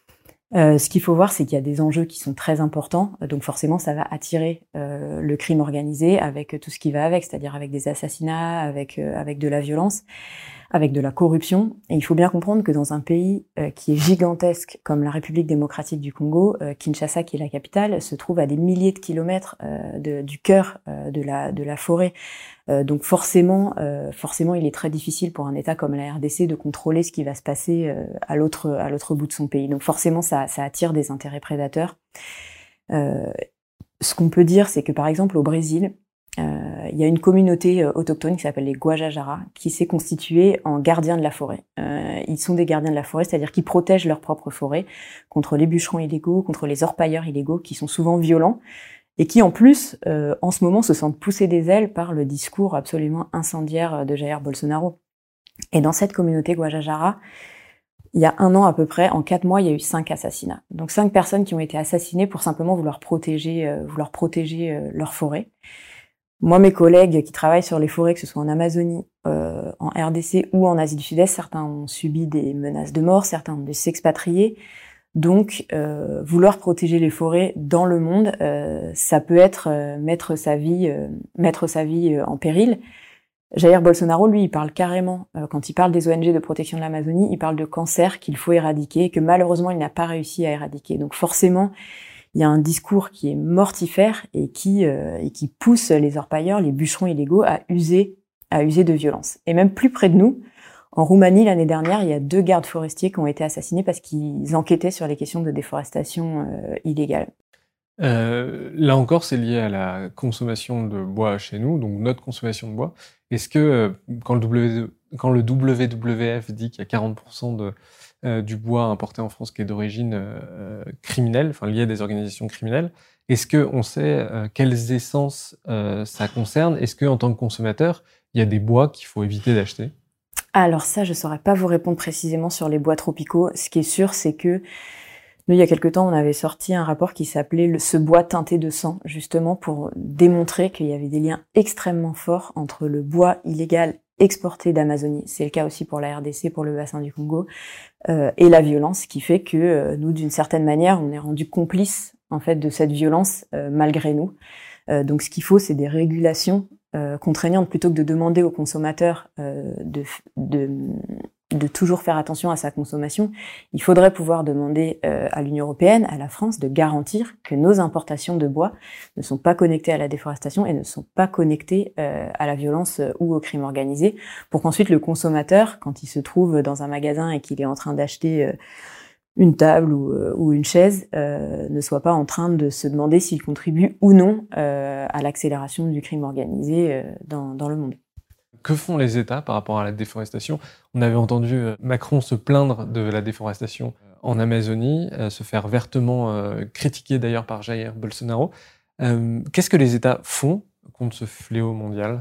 Euh, ce qu'il faut voir, c'est qu'il y a des enjeux qui sont très importants. Donc forcément, ça va attirer euh, le crime organisé avec tout ce qui va avec, c'est-à-dire avec des assassinats, avec euh, avec de la violence, avec de la corruption. Et il faut bien comprendre que dans un pays euh, qui est gigantesque comme la République démocratique du Congo, euh, Kinshasa, qui est la capitale, se trouve à des milliers de kilomètres euh, de, du cœur euh, de la de la forêt. Euh, donc forcément, euh, forcément, il est très difficile pour un État comme la R D C de contrôler ce qui va se passer euh, à l'autre à l'autre bout de son pays. Donc forcément, ça, ça attire des intérêts prédateurs. Euh, ce qu'on peut dire, c'est que par exemple au Brésil, euh, il y a une communauté euh, autochtone qui s'appelle les Guajajara, qui s'est constituée en gardiens de la forêt. Euh, ils sont des gardiens de la forêt, c'est-à-dire qu'ils protègent leur propre forêt contre les bûcherons illégaux, contre les orpailleurs illégaux, qui sont souvent violents, et qui en plus, euh, en ce moment, se sentent poussés des ailes par le discours absolument incendiaire de Jair Bolsonaro. Et dans cette communauté Guajajara, il y a un an à peu près, en quatre mois, il y a eu cinq assassinats. Donc cinq personnes qui ont été assassinées pour simplement vouloir protéger, euh, vouloir protéger euh, leur forêt. Moi, mes collègues qui travaillent sur les forêts, que ce soit en Amazonie, euh, en R D C ou en Asie du Sud-Est, certains ont subi des menaces de mort, certains ont dû s'expatrier. Donc, euh, vouloir protéger les forêts dans le monde, euh, ça peut être euh, mettre sa vie, euh, mettre sa vie euh, en péril. Jair Bolsonaro, lui, il parle carrément, euh, quand il parle des O N G de protection de l'Amazonie, il parle de cancer qu'il faut éradiquer, que malheureusement, il n'a pas réussi à éradiquer. Donc forcément, il y a un discours qui est mortifère et qui, euh, et qui pousse les orpailleurs, les bûcherons illégaux à user, à user de violence. Et même plus près de nous, en Roumanie, l'année dernière, il y a deux gardes forestiers qui ont été assassinés parce qu'ils enquêtaient sur les questions de déforestation euh, illégale. Euh, là encore, c'est lié à la consommation de bois chez nous, donc notre consommation de bois. Est-ce que euh, quand, le w, quand le W W F dit qu'il y a quarante pour cent de, euh, du bois importé en France qui est d'origine euh, criminelle, enfin lié à des organisations criminelles, est-ce qu'on sait euh, quelles essences euh, ça concerne? Est-ce qu'en tant que consommateur, il y a des bois qu'il faut éviter d'acheter? Alors ça, je saurais pas vous répondre précisément sur les bois tropicaux. Ce qui est sûr, c'est que nous, il y a quelque temps, on avait sorti un rapport qui s'appelait le, ce bois teinté de sang, justement pour démontrer qu'il y avait des liens extrêmement forts entre le bois illégal exporté d'Amazonie, c'est le cas aussi pour la R D C, pour le bassin du Congo, euh, et la violence, qui fait que euh, nous, d'une certaine manière, on est rendu complice en fait de cette violence euh, malgré nous. Euh, donc, ce qu'il faut, c'est des régulations euh, contraignantes plutôt que de demander aux consommateurs euh, de, de de toujours faire attention à sa consommation. Il faudrait pouvoir demander euh, à l'Union européenne, à la France, de garantir que nos importations de bois ne sont pas connectées à la déforestation et ne sont pas connectées euh, à la violence euh, ou au crime organisé, pour qu'ensuite le consommateur, quand il se trouve dans un magasin et qu'il est en train d'acheter euh, une table ou, euh, ou une chaise, euh, ne soit pas en train de se demander s'il contribue ou non euh, à l'accélération du crime organisé euh, dans, dans le monde. Que font les États par rapport à la déforestation? On avait entendu Macron se plaindre de la déforestation en Amazonie, euh, se faire vertement euh, critiquer d'ailleurs par Jair Bolsonaro. Euh, qu'est-ce que les États font contre ce fléau mondial?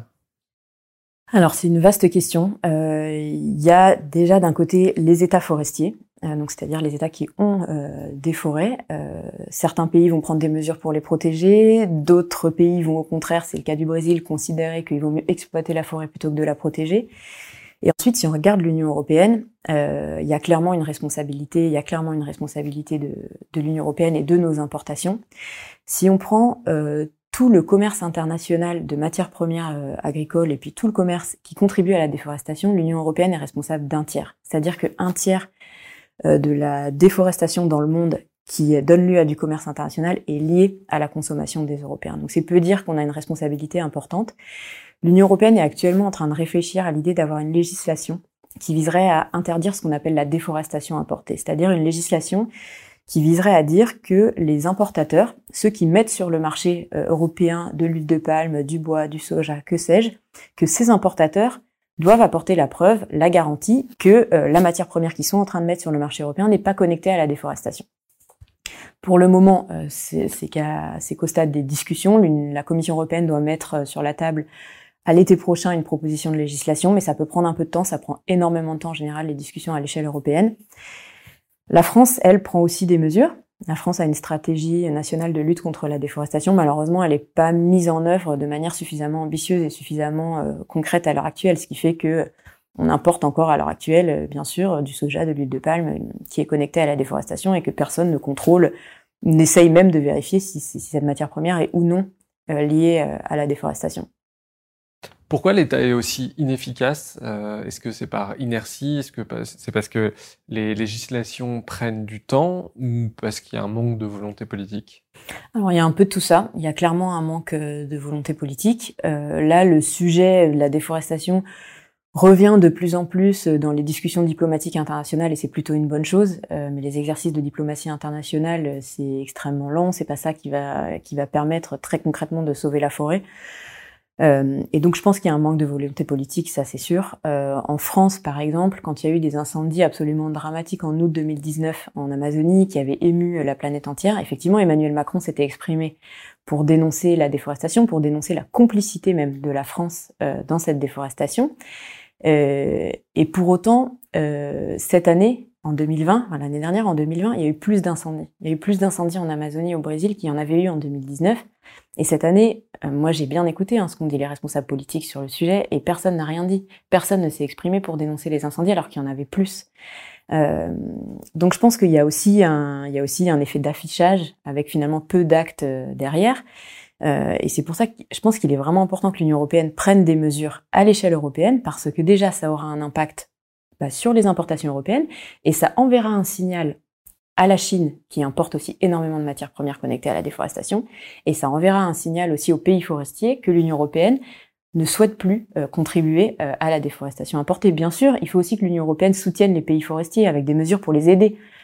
Alors c'est une vaste question. Euh, il y a déjà d'un côté les États forestiers, euh, donc c'est-à-dire les États qui ont euh, des forêts. Euh, certains pays vont prendre des mesures pour les protéger, d'autres pays vont au contraire, c'est le cas du Brésil, considérer qu'il vaut mieux exploiter la forêt plutôt que de la protéger. Et ensuite, si on regarde l'Union européenne, euh, il y a clairement une responsabilité, il y a clairement une responsabilité de, de l'Union européenne et de nos importations. Si on prend euh, tout le commerce international de matières premières euh, agricoles et puis tout le commerce qui contribue à la déforestation, l'Union européenne est responsable d'un tiers. C'est-à-dire qu'un tiers euh, de la déforestation dans le monde qui donne lieu à du commerce international est lié à la consommation des Européens. Donc c'est peu dire qu'on a une responsabilité importante. L'Union européenne est actuellement en train de réfléchir à l'idée d'avoir une législation qui viserait à interdire ce qu'on appelle la déforestation importée, c'est-à-dire une législation qui viserait à dire que les importateurs, ceux qui mettent sur le marché euh, européen de l'huile de palme, du bois, du soja, que sais-je, que ces importateurs doivent apporter la preuve, la garantie que euh, la matière première qu'ils sont en train de mettre sur le marché européen n'est pas connectée à la déforestation. Pour le moment, euh, c'est, c'est, qu'à, c'est qu'au stade des discussions, la Commission européenne doit mettre sur la table à l'été prochain une proposition de législation, mais ça peut prendre un peu de temps, ça prend énormément de temps en général les discussions à l'échelle européenne. La France, elle, prend aussi des mesures. La France a une stratégie nationale de lutte contre la déforestation. Malheureusement, elle n'est pas mise en œuvre de manière suffisamment ambitieuse et suffisamment euh, concrète à l'heure actuelle, ce qui fait que on importe encore à l'heure actuelle, euh, bien sûr, du soja, de l'huile de palme, euh, qui est connecté à la déforestation et que personne ne contrôle, n'essaye même de vérifier si, si, si cette matière première est ou non euh, liée euh, à la déforestation. Pourquoi l'État est aussi inefficace? euh, Est-ce que c'est par inertie? Est-ce que c'est parce que les législations prennent du temps ou parce qu'il y a un manque de volonté politique? Alors il y a un peu de tout ça. Il y a clairement un manque de volonté politique. Euh, là, le sujet de la déforestation revient de plus en plus dans les discussions diplomatiques internationales et c'est plutôt une bonne chose. Euh, mais les exercices de diplomatie internationale, c'est extrêmement long. C'est pas ça qui va qui va permettre très concrètement de sauver la forêt. Euh, et donc je pense qu'il y a un manque de volonté politique, ça c'est sûr. Euh, en France, par exemple, quand il y a eu des incendies absolument dramatiques en août deux mille dix-neuf en Amazonie, qui avaient ému la planète entière, effectivement Emmanuel Macron s'était exprimé pour dénoncer la déforestation, pour dénoncer la complicité même de la France euh, dans cette déforestation. Euh, et pour autant, euh, cette année, en deux mille vingt, enfin, l'année dernière, en deux mille vingt, il y a eu plus d'incendies. Il y a eu plus d'incendies en Amazonie, au Brésil, qu'il y en avait eu en deux mille dix-neuf. Et cette année, euh, moi j'ai bien écouté hein, ce qu'ont dit les responsables politiques sur le sujet, et personne n'a rien dit. Personne ne s'est exprimé pour dénoncer les incendies, alors qu'il y en avait plus. Euh, donc je pense qu'il y a aussi un, il y a aussi un effet d'affichage, avec finalement peu d'actes euh, derrière. Euh, et c'est pour ça que je pense qu'il est vraiment important que l'Union européenne prenne des mesures à l'échelle européenne, parce que déjà ça aura un impact bah, sur les importations européennes, et ça enverra un signal à la Chine, qui importe aussi énormément de matières premières connectées à la déforestation, et ça enverra un signal aussi aux pays forestiers que l'Union européenne ne souhaite plus euh, contribuer euh, à la déforestation importée. Bien sûr, il faut aussi que l'Union européenne soutienne les pays forestiers avec des mesures pour les aider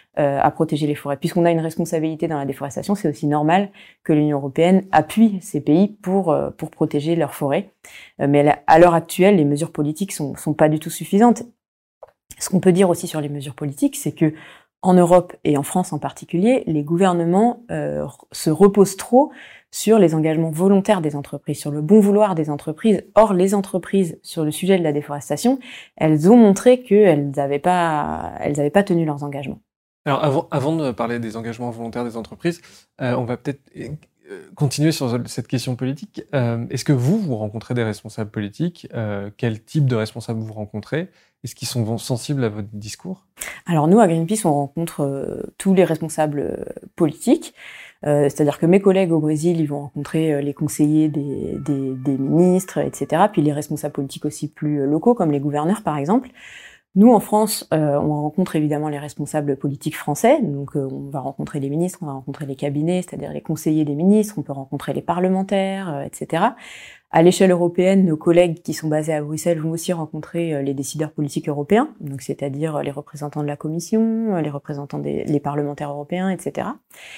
euh, à protéger les forêts. Puisqu'on a une responsabilité dans la déforestation, c'est aussi normal que l'Union européenne appuie ces pays pour euh, pour protéger leurs forêts. Euh, mais à l'heure actuelle, les mesures politiques sont sont pas du tout suffisantes. Ce qu'on peut dire aussi sur les mesures politiques, c'est que en Europe et en France en particulier, les gouvernements euh, se reposent trop sur les engagements volontaires des entreprises, sur le bon vouloir des entreprises. Or, les entreprises, sur le sujet de la déforestation, elles ont montré qu'elles n'avaient pas, elles n'avaient pas tenu leurs engagements. Alors, avant, avant de parler des engagements volontaires des entreprises, euh, on va peut-être continuer sur cette question politique. Euh, est-ce que vous, vous rencontrez des responsables politiques ? euh, Quel type de responsables vous rencontrez ? Est-ce qu'ils sont sensibles à votre discours ? Alors nous, à Greenpeace, on rencontre euh, tous les responsables euh, politiques. Euh, c'est-à-dire que mes collègues au Brésil, ils vont rencontrer euh, les conseillers des, des, des ministres, et cetera. Puis les responsables politiques aussi plus locaux, comme les gouverneurs, par exemple. Nous, en France, euh, on rencontre évidemment les responsables politiques français. Donc, euh, on va rencontrer les ministres, on va rencontrer les cabinets, c'est-à-dire les conseillers des ministres. On peut rencontrer les parlementaires, euh, et cetera. À l'échelle européenne, nos collègues qui sont basés à Bruxelles vont aussi rencontrer les décideurs politiques européens, donc c'est-à-dire les représentants de la Commission, les représentants des les parlementaires européens, et cetera.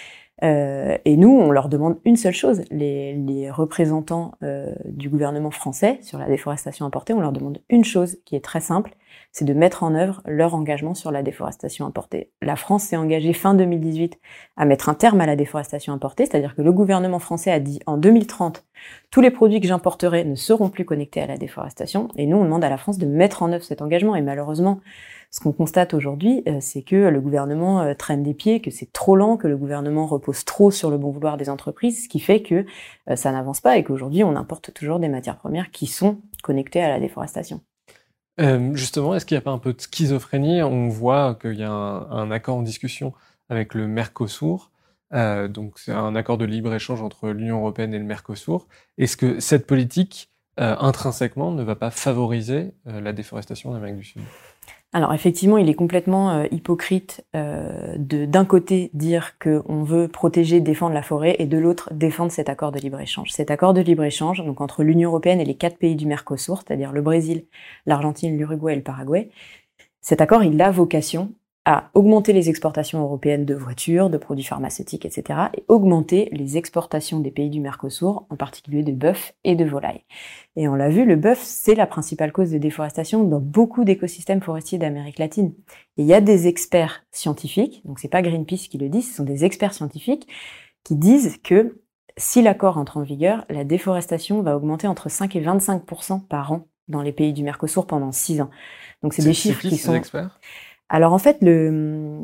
Euh, et nous, on leur demande une seule chose. Les, les représentants euh, du gouvernement français sur la déforestation importée, on leur demande une chose qui est très simple, c'est de mettre en œuvre leur engagement sur la déforestation importée. La France s'est engagée fin deux mille dix-huit à mettre un terme à la déforestation importée, c'est-à-dire que le gouvernement français a dit en deux mille trente, tous les produits que j'importerai ne seront plus connectés à la déforestation. Et nous, on demande à la France de mettre en œuvre cet engagement. Et malheureusement, ce qu'on constate aujourd'hui, c'est que le gouvernement traîne des pieds, que c'est trop lent, que le gouvernement repose trop sur le bon vouloir des entreprises, ce qui fait que ça n'avance pas et qu'aujourd'hui, on importe toujours des matières premières qui sont connectées à la déforestation. Euh, justement, est-ce qu'il n'y a pas un peu de schizophrénie ? On voit qu'il y a un, un accord en discussion avec le Mercosur. Euh, donc, c'est un accord de libre-échange entre l'Union européenne et le Mercosur. Est-ce que cette politique, euh, intrinsèquement, ne va pas favoriser euh, la déforestation en Amérique du Sud ? Alors effectivement, il est complètement euh, hypocrite euh, de d'un côté dire qu'on veut protéger, défendre la forêt, et de l'autre défendre cet accord de libre-échange. Cet accord de libre-échange, donc entre l'Union européenne et les quatre pays du Mercosur, c'est-à-dire le Brésil, l'Argentine, l'Uruguay et le Paraguay, cet accord, il a vocation à augmenter les exportations européennes de voitures, de produits pharmaceutiques, et cetera, et augmenter les exportations des pays du Mercosur, en particulier de bœuf et de volaille. Et on l'a vu, le bœuf, c'est la principale cause de déforestation dans beaucoup d'écosystèmes forestiers d'Amérique latine. Et il y a des experts scientifiques, donc c'est pas Greenpeace qui le dit, ce sont des experts scientifiques qui disent que si l'accord entre en vigueur, la déforestation va augmenter entre cinq et vingt-cinq pour cent par an dans les pays du Mercosur pendant six ans. Donc c'est, c'est des chiffres c'est qui, qui sont... experts Alors en fait, le,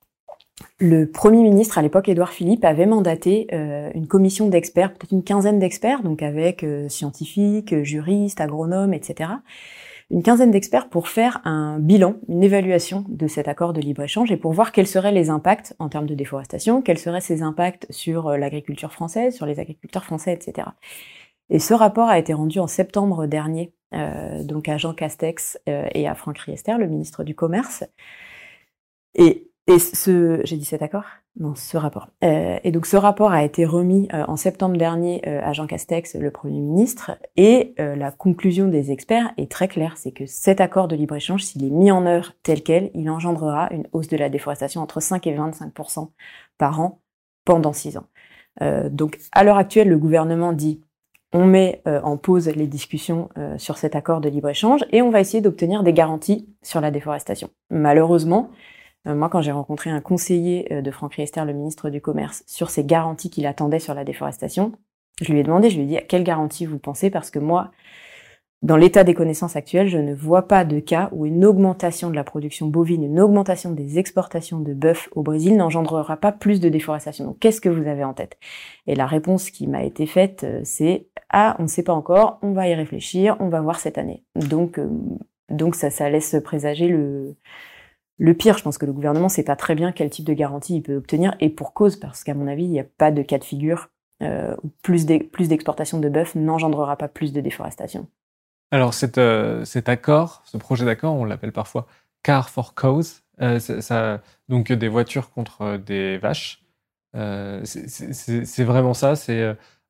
le Premier ministre à l'époque, Édouard Philippe, avait mandaté euh, une commission d'experts, peut-être une quinzaine d'experts, donc avec euh, scientifiques, juristes, agronomes, et cetera. Une quinzaine d'experts pour faire un bilan, une évaluation de cet accord de libre-échange et pour voir quels seraient les impacts en termes de déforestation, quels seraient ses impacts sur euh, l'agriculture française, sur les agriculteurs français, et cetera. Et ce rapport a été rendu en septembre dernier, euh, donc à Jean Castex euh, et à Franck Riester, le ministre du Commerce. Et, et ce, j'ai dit cet accord ? Non, ce rapport. Euh, et donc ce rapport a été remis euh, en septembre dernier euh, à Jean Castex, le Premier ministre, et euh, la conclusion des experts est très claire, c'est que cet accord de libre-échange, s'il est mis en œuvre tel quel, il engendrera une hausse de la déforestation entre cinq et vingt-cinq pour cent par an pendant six ans. Euh, donc à l'heure actuelle, le gouvernement dit on met euh, en pause les discussions euh, sur cet accord de libre-échange et on va essayer d'obtenir des garanties sur la déforestation. Malheureusement, moi, quand j'ai rencontré un conseiller de Franck Riester, le ministre du Commerce, sur ces garanties qu'il attendait sur la déforestation, je lui ai demandé, je lui ai dit, à quelle garantie vous pensez ? Parce que moi, dans l'état des connaissances actuelles, je ne vois pas de cas où une augmentation de la production bovine, une augmentation des exportations de bœuf au Brésil n'engendrera pas plus de déforestation. Donc, qu'est-ce que vous avez en tête ? Et la réponse qui m'a été faite, c'est « Ah, on ne sait pas encore, on va y réfléchir, on va voir cette année. » Donc, euh, donc ça, ça laisse présager le... Le pire, je pense que le gouvernement sait pas très bien quel type de garantie il peut obtenir, et pour cause, parce qu'à mon avis, il n'y a pas de cas de figure euh, où plus, d'e- plus d'exportation de bœuf n'engendrera pas plus de déforestation. Alors cet, euh, cet accord, ce projet d'accord, on l'appelle parfois Car for Cause, euh, ça, ça, donc des voitures contre des vaches. Euh, c'est, c'est, c'est vraiment ça, c'est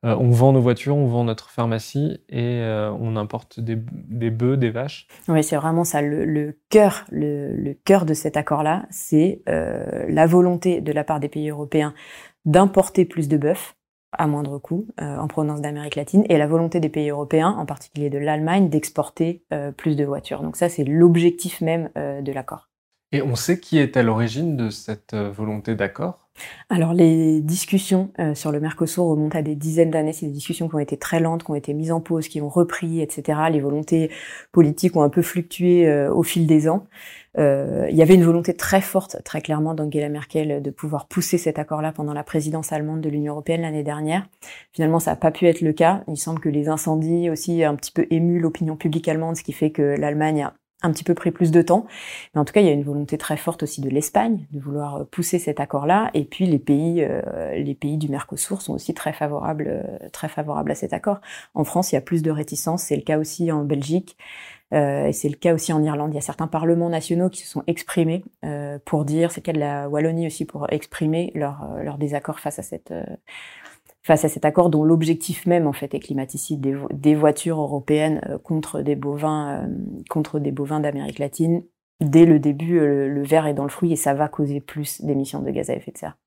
Euh, on vend nos voitures, on vend notre pharmacie et euh, on importe des, des bœufs, des vaches. Oui, c'est vraiment ça. Le, le cœur, le, le cœur de cet accord-là, c'est euh, la volonté de la part des pays européens d'importer plus de bœuf à moindre coût euh, en provenance d'Amérique latine, et la volonté des pays européens, en particulier de l'Allemagne, d'exporter euh, plus de voitures. Donc ça, c'est l'objectif même euh, de l'accord. Et on sait qui est à l'origine de cette volonté d'accord ? Alors les discussions euh, sur le Mercosur remontent à des dizaines d'années. C'est des discussions qui ont été très lentes, qui ont été mises en pause, qui ont repris, et cetera. Les volontés politiques ont un peu fluctué euh, au fil des ans. Euh, il y avait une volonté très forte, très clairement, d'Angela Merkel de pouvoir pousser cet accord-là pendant la présidence allemande de l'Union européenne l'année dernière. Finalement, ça n'a pas pu être le cas. Il semble que les incendies aussi un petit peu ému l'opinion publique allemande, ce qui fait que l'Allemagne a un petit peu pris plus de temps. Mais en tout cas, il y a une volonté très forte aussi de l'Espagne de vouloir pousser cet accord-là. Et puis, les pays, euh, les pays du Mercosur sont aussi très favorables, euh, très favorables à cet accord. En France, il y a plus de réticence. C'est le cas aussi en Belgique. Euh, et c'est le cas aussi en Irlande. Il y a certains parlements nationaux qui se sont exprimés euh, pour dire, c'est le cas de la Wallonie aussi, pour exprimer leur, euh, leur désaccord face à cette... Euh, face à cet accord dont l'objectif même en fait est climaticide, des, vo- des voitures européennes euh, contre des bovins euh, contre des bovins d'Amérique latine. Dès le début, euh, le ver est dans le fruit et ça va causer plus d'émissions de gaz à effet de serre.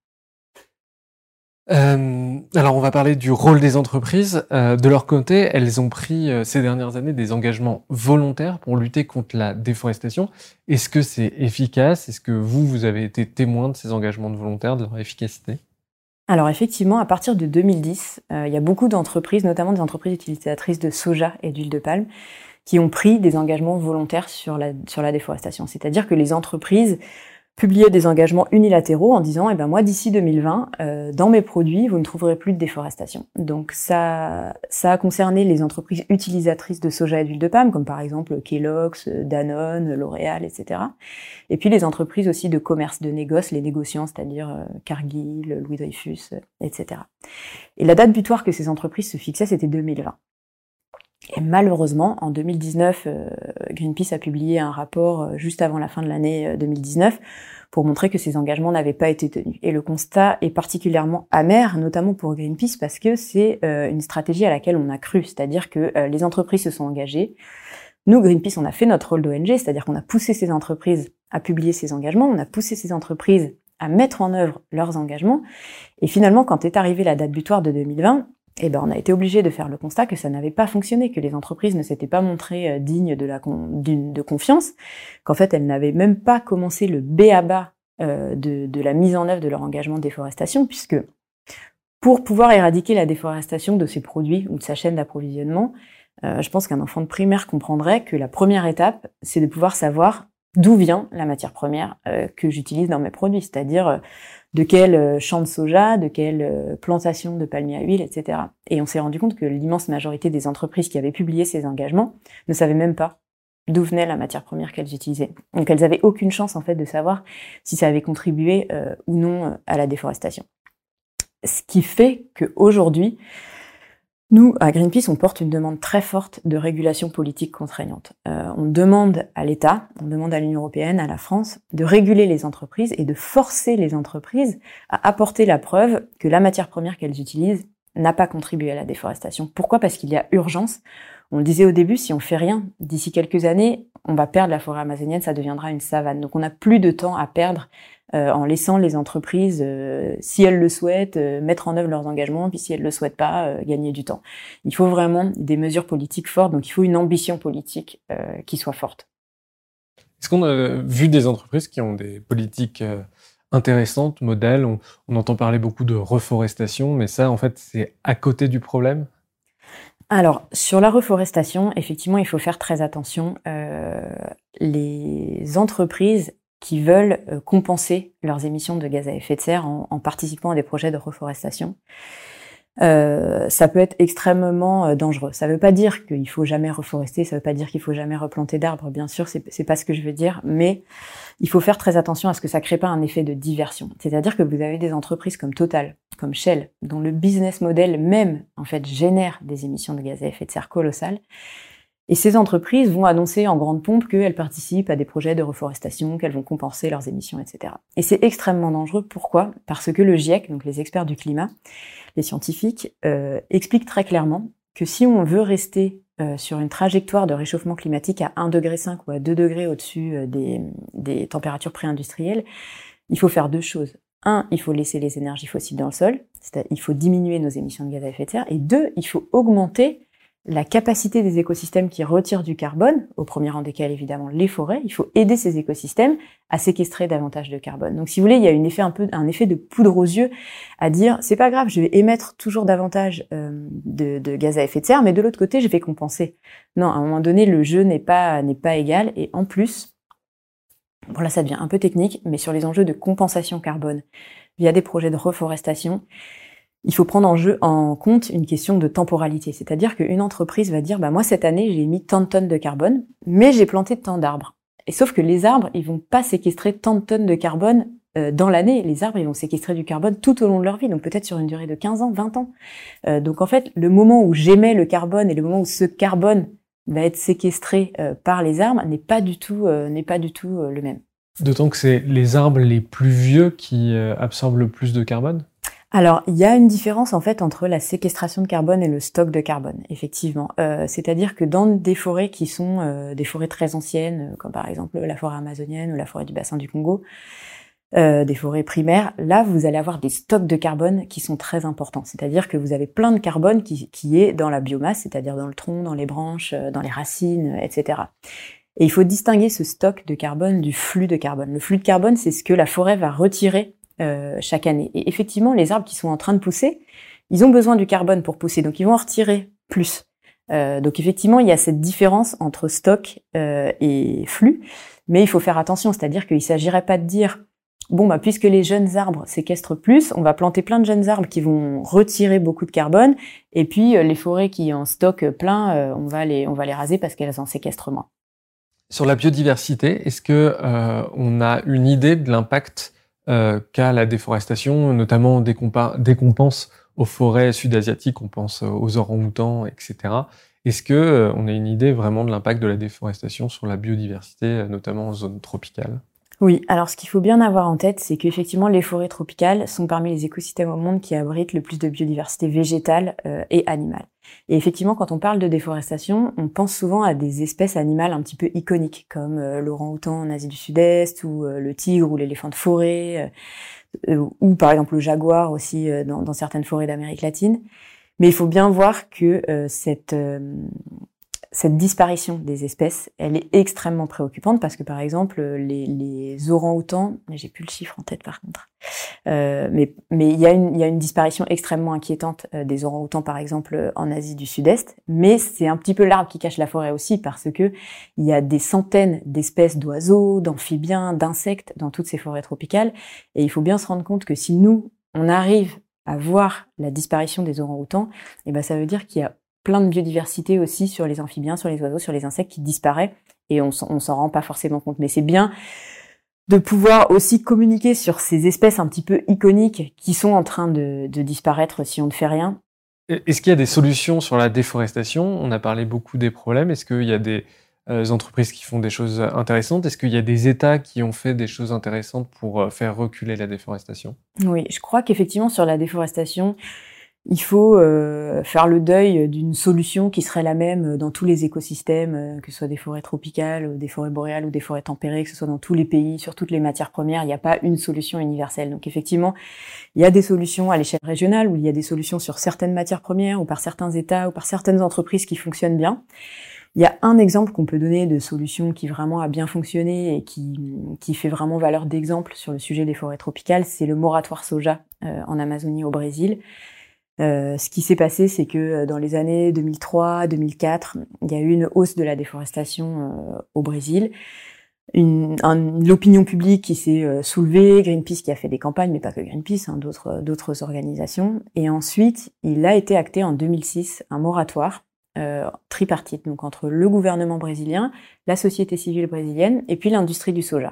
Euh, alors on va parler du rôle des entreprises. Euh, de leur côté, elles ont pris euh, ces dernières années des engagements volontaires pour lutter contre la déforestation. Est-ce que c'est efficace ? Est-ce que vous, vous avez été témoin de ces engagements volontaires, de leur efficacité ? Alors effectivement, à partir de deux mille dix, euh, il y a beaucoup d'entreprises, notamment des entreprises utilisatrices de soja et d'huile de palme, qui ont pris des engagements volontaires sur la, sur la déforestation. C'est-à-dire que les entreprises publiaient des engagements unilatéraux en disant, eh ben moi d'ici deux mille vingt, euh, dans mes produits, vous ne trouverez plus de déforestation. Donc ça, ça a concerné les entreprises utilisatrices de soja et d'huile de palme, comme par exemple Kellogg's, Danone, L'Oréal, et cetera. Et puis les entreprises aussi de commerce, de négoce, les négociants, c'est-à-dire euh, Cargill, Louis Dreyfus, euh, et cetera. Et la date butoir que ces entreprises se fixaient, c'était deux mille vingt. Et malheureusement, en deux mille dix-neuf, euh, Greenpeace a publié un rapport euh, juste avant la fin de l'année euh, deux mille dix-neuf pour montrer que ces engagements n'avaient pas été tenus. Et le constat est particulièrement amer, notamment pour Greenpeace, parce que c'est euh, une stratégie à laquelle on a cru, c'est-à-dire que euh, les entreprises se sont engagées. Nous, Greenpeace, on a fait notre rôle d'O N G, c'est-à-dire qu'on a poussé ces entreprises à publier ces engagements, on a poussé ces entreprises à mettre en œuvre leurs engagements. Et finalement, quand est arrivée la date butoir de deux mille vingt, eh ben, on a été obligé de faire le constat que ça n'avait pas fonctionné, que les entreprises ne s'étaient pas montrées dignes de la con- d'une, de confiance, qu'en fait, elles n'avaient même pas commencé le b a ba euh, de, de la mise en œuvre de leur engagement de déforestation, puisque pour pouvoir éradiquer la déforestation de ces produits ou de sa chaîne d'approvisionnement, euh, je pense qu'un enfant de primaire comprendrait que la première étape, c'est de pouvoir savoir d'où vient la matière première euh, que j'utilise dans mes produits, c'est-à-dire euh, de quel euh, champ de soja, de quelle euh, plantation de palmiers à huile, et cetera. Et on s'est rendu compte que l'immense majorité des entreprises qui avaient publié ces engagements ne savaient même pas d'où venait la matière première qu'elles utilisaient. Donc elles avaient aucune chance en fait de savoir si ça avait contribué euh, ou non à la déforestation. Ce qui fait qu'aujourd'hui, nous, à Greenpeace, on porte une demande très forte de régulation politique contraignante. Euh, on demande à l'État, on demande à l'Union européenne, à la France, de réguler les entreprises et de forcer les entreprises à apporter la preuve que la matière première qu'elles utilisent n'a pas contribué à la déforestation. Pourquoi ? Parce qu'il y a urgence. On le disait au début, si on fait rien, d'ici quelques années, on va perdre la forêt amazonienne, ça deviendra une savane. Donc on n'a plus de temps à perdre euh, en laissant les entreprises, euh, si elles le souhaitent, euh, mettre en œuvre leurs engagements, puis si elles le souhaitent pas, euh, gagner du temps. Il faut vraiment des mesures politiques fortes, donc il faut une ambition politique euh, qui soit forte. Est-ce qu'on a vu des entreprises qui ont des politiques euh, intéressantes, modèles ? on, on entend parler beaucoup de reforestation, mais ça, en fait, c'est à côté du problème ? Alors, sur la reforestation, effectivement, il faut faire très attention. Euh, les entreprises qui veulent euh, compenser leurs émissions de gaz à effet de serre en, en participant à des projets de reforestation, euh, ça peut être extrêmement euh, dangereux. Ça ne veut pas dire qu'il faut jamais reforester, ça ne veut pas dire qu'il faut jamais replanter d'arbres, bien sûr, c'est, c'est pas ce que je veux dire, mais il faut faire très attention à ce que ça crée pas un effet de diversion. C'est-à-dire que vous avez des entreprises comme Total, comme Shell, dont le business model même, en fait, génère des émissions de gaz à effet de serre colossales. Et ces entreprises vont annoncer en grande pompe qu'elles participent à des projets de reforestation, qu'elles vont compenser leurs émissions, et cetera. Et c'est extrêmement dangereux. Pourquoi ? Parce que le GIEC, donc les experts du climat, les scientifiques, euh, expliquent très clairement que si on veut rester euh, sur une trajectoire de réchauffement climatique à un virgule cinq degré ou à deux degrés au-dessus euh, des, des températures pré-industrielles, il faut faire deux choses. Un, il faut laisser les énergies fossiles dans le sol, c'est-à-dire il faut diminuer nos émissions de gaz à effet de serre. Et deux, il faut augmenter la capacité des écosystèmes qui retirent du carbone, au premier rang desquels évidemment les forêts. Il faut aider ces écosystèmes à séquestrer davantage de carbone. Donc si vous voulez, il y a une effet un peu, un effet de poudre aux yeux à dire c'est pas grave, je vais émettre toujours davantage euh, de, de gaz à effet de serre, mais de l'autre côté, je vais compenser. Non, à un moment donné, le jeu n'est pas n'est pas égal. Et en plus, bon là ça devient un peu technique, mais sur les enjeux de compensation carbone via des projets de reforestation, il faut prendre en, jeu, en compte une question de temporalité. C'est-à-dire qu'une entreprise va dire, bah, moi, cette année, j'ai émis tant de tonnes de carbone, mais j'ai planté tant d'arbres. Et sauf que les arbres, ils vont pas séquestrer tant de tonnes de carbone euh, dans l'année. Les arbres, ils vont séquestrer du carbone tout au long de leur vie, donc peut-être sur une durée de quinze ans, vingt ans. Euh, donc en fait, le moment où j'émets le carbone et le moment où ce carbone va être séquestré euh, par les arbres n'est pas du tout, euh, n'est pas du tout euh, le même. D'autant que c'est les arbres les plus vieux qui euh, absorbent le plus de carbone ? Alors, il y a une différence en fait entre la séquestration de carbone et le stock de carbone, effectivement. Euh, c'est-à-dire que dans des forêts qui sont euh, des forêts très anciennes, comme par exemple la forêt amazonienne ou la forêt du bassin du Congo, euh, des forêts primaires, là vous allez avoir des stocks de carbone qui sont très importants. C'est-à-dire que vous avez plein de carbone qui, qui est dans la biomasse, c'est-à-dire dans le tronc, dans les branches, dans les racines, et cetera. Et il faut distinguer ce stock de carbone du flux de carbone. Le flux de carbone, c'est ce que la forêt va retirer Euh, chaque année. Et effectivement, les arbres qui sont en train de pousser, ils ont besoin du carbone pour pousser, donc ils vont en retirer plus. Euh, donc effectivement, il y a cette différence entre stock euh, et flux, mais il faut faire attention, c'est-à-dire qu'il ne s'agirait pas de dire bon bah puisque les jeunes arbres séquestrent plus, on va planter plein de jeunes arbres qui vont retirer beaucoup de carbone, et puis euh, les forêts qui en stockent plein, euh, on va les on va les raser parce qu'elles en séquestrent moins. Sur la biodiversité, est-ce que euh, on a une idée de l'impact Euh, qu'a la déforestation, notamment dès qu'on, par, dès qu'on pense aux forêts sud-asiatiques, on pense aux orang-outans, et cetera. Est-ce que euh, on a une idée vraiment de l'impact de la déforestation sur la biodiversité, notamment en zone tropicale ? Oui, alors ce qu'il faut bien avoir en tête, c'est qu'effectivement les forêts tropicales sont parmi les écosystèmes au monde qui abritent le plus de biodiversité végétale euh, et animale. Et effectivement, quand on parle de déforestation, on pense souvent à des espèces animales un petit peu iconiques, comme euh, l'orang-outan en Asie du Sud-Est, ou euh, le tigre ou l'éléphant de forêt, euh, ou par exemple le jaguar aussi euh, dans, dans certaines forêts d'Amérique latine. Mais il faut bien voir que euh, cette... Euh, Cette disparition des espèces, elle est extrêmement préoccupante parce que, par exemple, les, les orang-outans, j'ai plus le chiffre en tête par contre, euh, mais mais il y a une il y a une disparition extrêmement inquiétante euh, des orang-outans, par exemple, en Asie du Sud-Est. Mais c'est un petit peu l'arbre qui cache la forêt aussi parce que il y a des centaines d'espèces d'oiseaux, d'amphibiens, d'insectes dans toutes ces forêts tropicales. Et il faut bien se rendre compte que si nous on arrive à voir la disparition des orang-outans, et ben ça veut dire qu'il y a plein de biodiversité aussi sur les amphibiens, sur les oiseaux, sur les insectes qui disparaît et on s'en, on s'en rend pas forcément compte. Mais c'est bien de pouvoir aussi communiquer sur ces espèces un petit peu iconiques qui sont en train de, de disparaître si on ne fait rien. Est-ce qu'il y a des solutions sur la déforestation ? On a parlé beaucoup des problèmes. Est-ce qu'il y a des euh, entreprises qui font des choses intéressantes ? Est-ce qu'il y a des États qui ont fait des choses intéressantes pour euh, faire reculer la déforestation ? Oui, je crois qu'effectivement sur la déforestation, il faut euh, faire le deuil d'une solution qui serait la même dans tous les écosystèmes, euh, que ce soit des forêts tropicales, des forêts boréales ou des forêts tempérées, que ce soit dans tous les pays, sur toutes les matières premières. Il n'y a pas une solution universelle. Donc effectivement, il y a des solutions à l'échelle régionale, où il y a des solutions sur certaines matières premières, ou par certains États, ou par certaines entreprises qui fonctionnent bien. Il y a un exemple qu'on peut donner de solution qui vraiment a bien fonctionné et qui, qui fait vraiment valeur d'exemple sur le sujet des forêts tropicales, c'est le moratoire soja euh, en Amazonie au Brésil. Euh, ce qui s'est passé, c'est que dans les années deux mille trois, deux mille quatre, il y a eu une hausse de la déforestation euh, au Brésil. Une, un, l'opinion publique qui s'est euh, soulevée, Greenpeace qui a fait des campagnes, mais pas que Greenpeace, hein, d'autres, d'autres organisations. Et ensuite, il a été acté en deux mille six un moratoire euh, tripartite, donc entre le gouvernement brésilien, la société civile brésilienne et puis l'industrie du soja.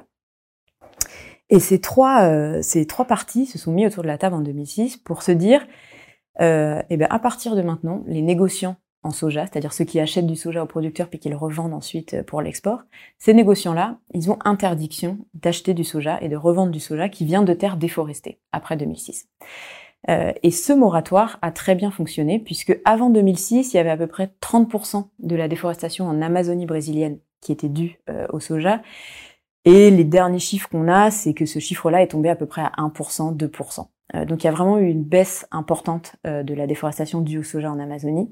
Et ces trois, euh, ces trois parties se sont mis autour de la table en deux mille six pour se dire Euh, et bien à partir de maintenant, les négociants en soja, c'est-à-dire ceux qui achètent du soja aux producteurs puis qui le revendent ensuite pour l'export, ces négociants-là, ils ont interdiction d'acheter du soja et de revendre du soja qui vient de terres déforestées après deux mille six. Euh, et ce moratoire a très bien fonctionné puisque avant deux mille six, il y avait à peu près trente pour cent de la déforestation en Amazonie brésilienne qui était due euh, au soja. Et les derniers chiffres qu'on a, c'est que ce chiffre-là est tombé à peu près à un pour cent, deux pour cent. Euh, donc il y a vraiment eu une baisse importante euh, de la déforestation due au soja en Amazonie.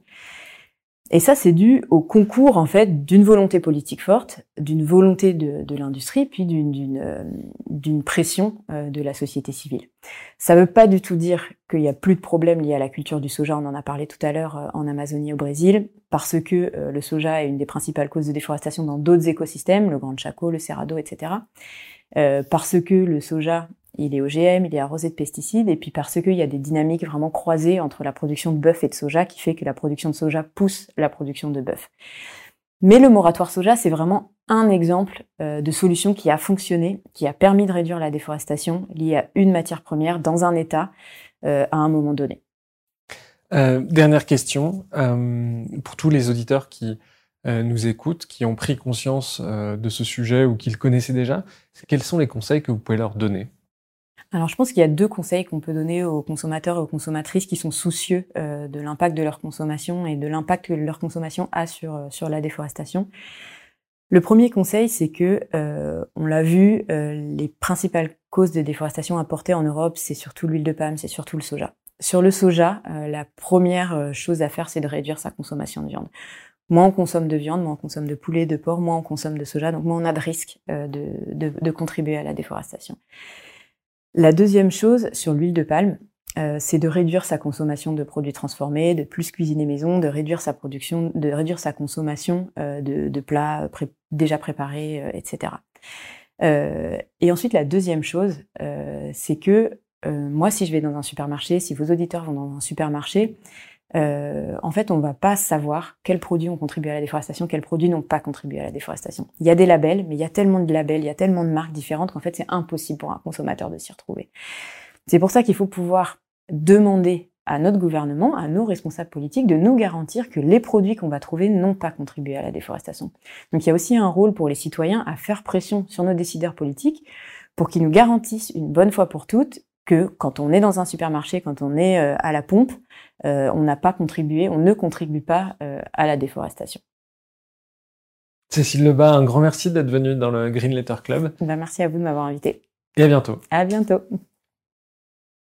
Et ça, c'est dû au concours, en fait, d'une volonté politique forte, d'une volonté de, de l'industrie, puis d'une, d'une, euh, d'une pression euh, de la société civile. Ça veut pas du tout dire qu'il y a plus de problèmes liés à la culture du soja, on en a parlé tout à l'heure euh, en Amazonie au Brésil, parce que euh, le soja est une des principales causes de déforestation dans d'autres écosystèmes, le Grand Chaco, le Cerrado, et cetera. Euh, parce que le soja, il est O G M, il est arrosé de pesticides, et puis parce qu'il y a des dynamiques vraiment croisées entre la production de bœuf et de soja qui fait que la production de soja pousse la production de bœuf. Mais le moratoire soja, c'est vraiment un exemple euh, de solution qui a fonctionné, qui a permis de réduire la déforestation liée à une matière première dans un état euh, à un moment donné. Euh, dernière question, euh, pour tous les auditeurs qui euh, nous écoutent, qui ont pris conscience euh, de ce sujet ou qui le connaissaient déjà, quels sont les conseils que vous pouvez leur donner ? Alors, je pense qu'il y a deux conseils qu'on peut donner aux consommateurs et aux consommatrices qui sont soucieux euh, de l'impact de leur consommation et de l'impact que leur consommation a sur sur la déforestation. Le premier conseil, c'est que, euh, on l'a vu, euh, les principales causes de déforestation importées en Europe, c'est surtout l'huile de palme, c'est surtout le soja. Sur le soja, euh, la première chose à faire, c'est de réduire sa consommation de viande. Moins on consomme de viande, moins on consomme de poulet, de porc, moins on consomme de soja, donc moins on a de risque euh, de, de, de contribuer à la déforestation. La deuxième chose, sur l'huile de palme, euh, c'est de réduire sa consommation de produits transformés, de plus cuisiner maison, de réduire sa production, de réduire sa consommation euh, de, de plats pré- déjà préparés, euh, et cetera. Euh, et ensuite, la deuxième chose, euh, c'est que euh, moi, si je vais dans un supermarché, si vos auditeurs vont dans un supermarché, Euh, en fait, on va pas savoir quels produits ont contribué à la déforestation, quels produits n'ont pas contribué à la déforestation. Il y a des labels, mais il y a tellement de labels, il y a tellement de marques différentes qu'en fait, c'est impossible pour un consommateur de s'y retrouver. C'est pour ça qu'il faut pouvoir demander à notre gouvernement, à nos responsables politiques, de nous garantir que les produits qu'on va trouver n'ont pas contribué à la déforestation. Donc il y a aussi un rôle pour les citoyens à faire pression sur nos décideurs politiques pour qu'ils nous garantissent une bonne fois pour toutes que quand on est dans un supermarché, quand on est euh, à la pompe, euh, on n'a pas contribué, on ne contribue pas euh, à la déforestation. Cécile Lebas, un grand merci d'être venue dans le Green Letter Club. Ben, merci à vous de m'avoir invité. Et à bientôt. À bientôt.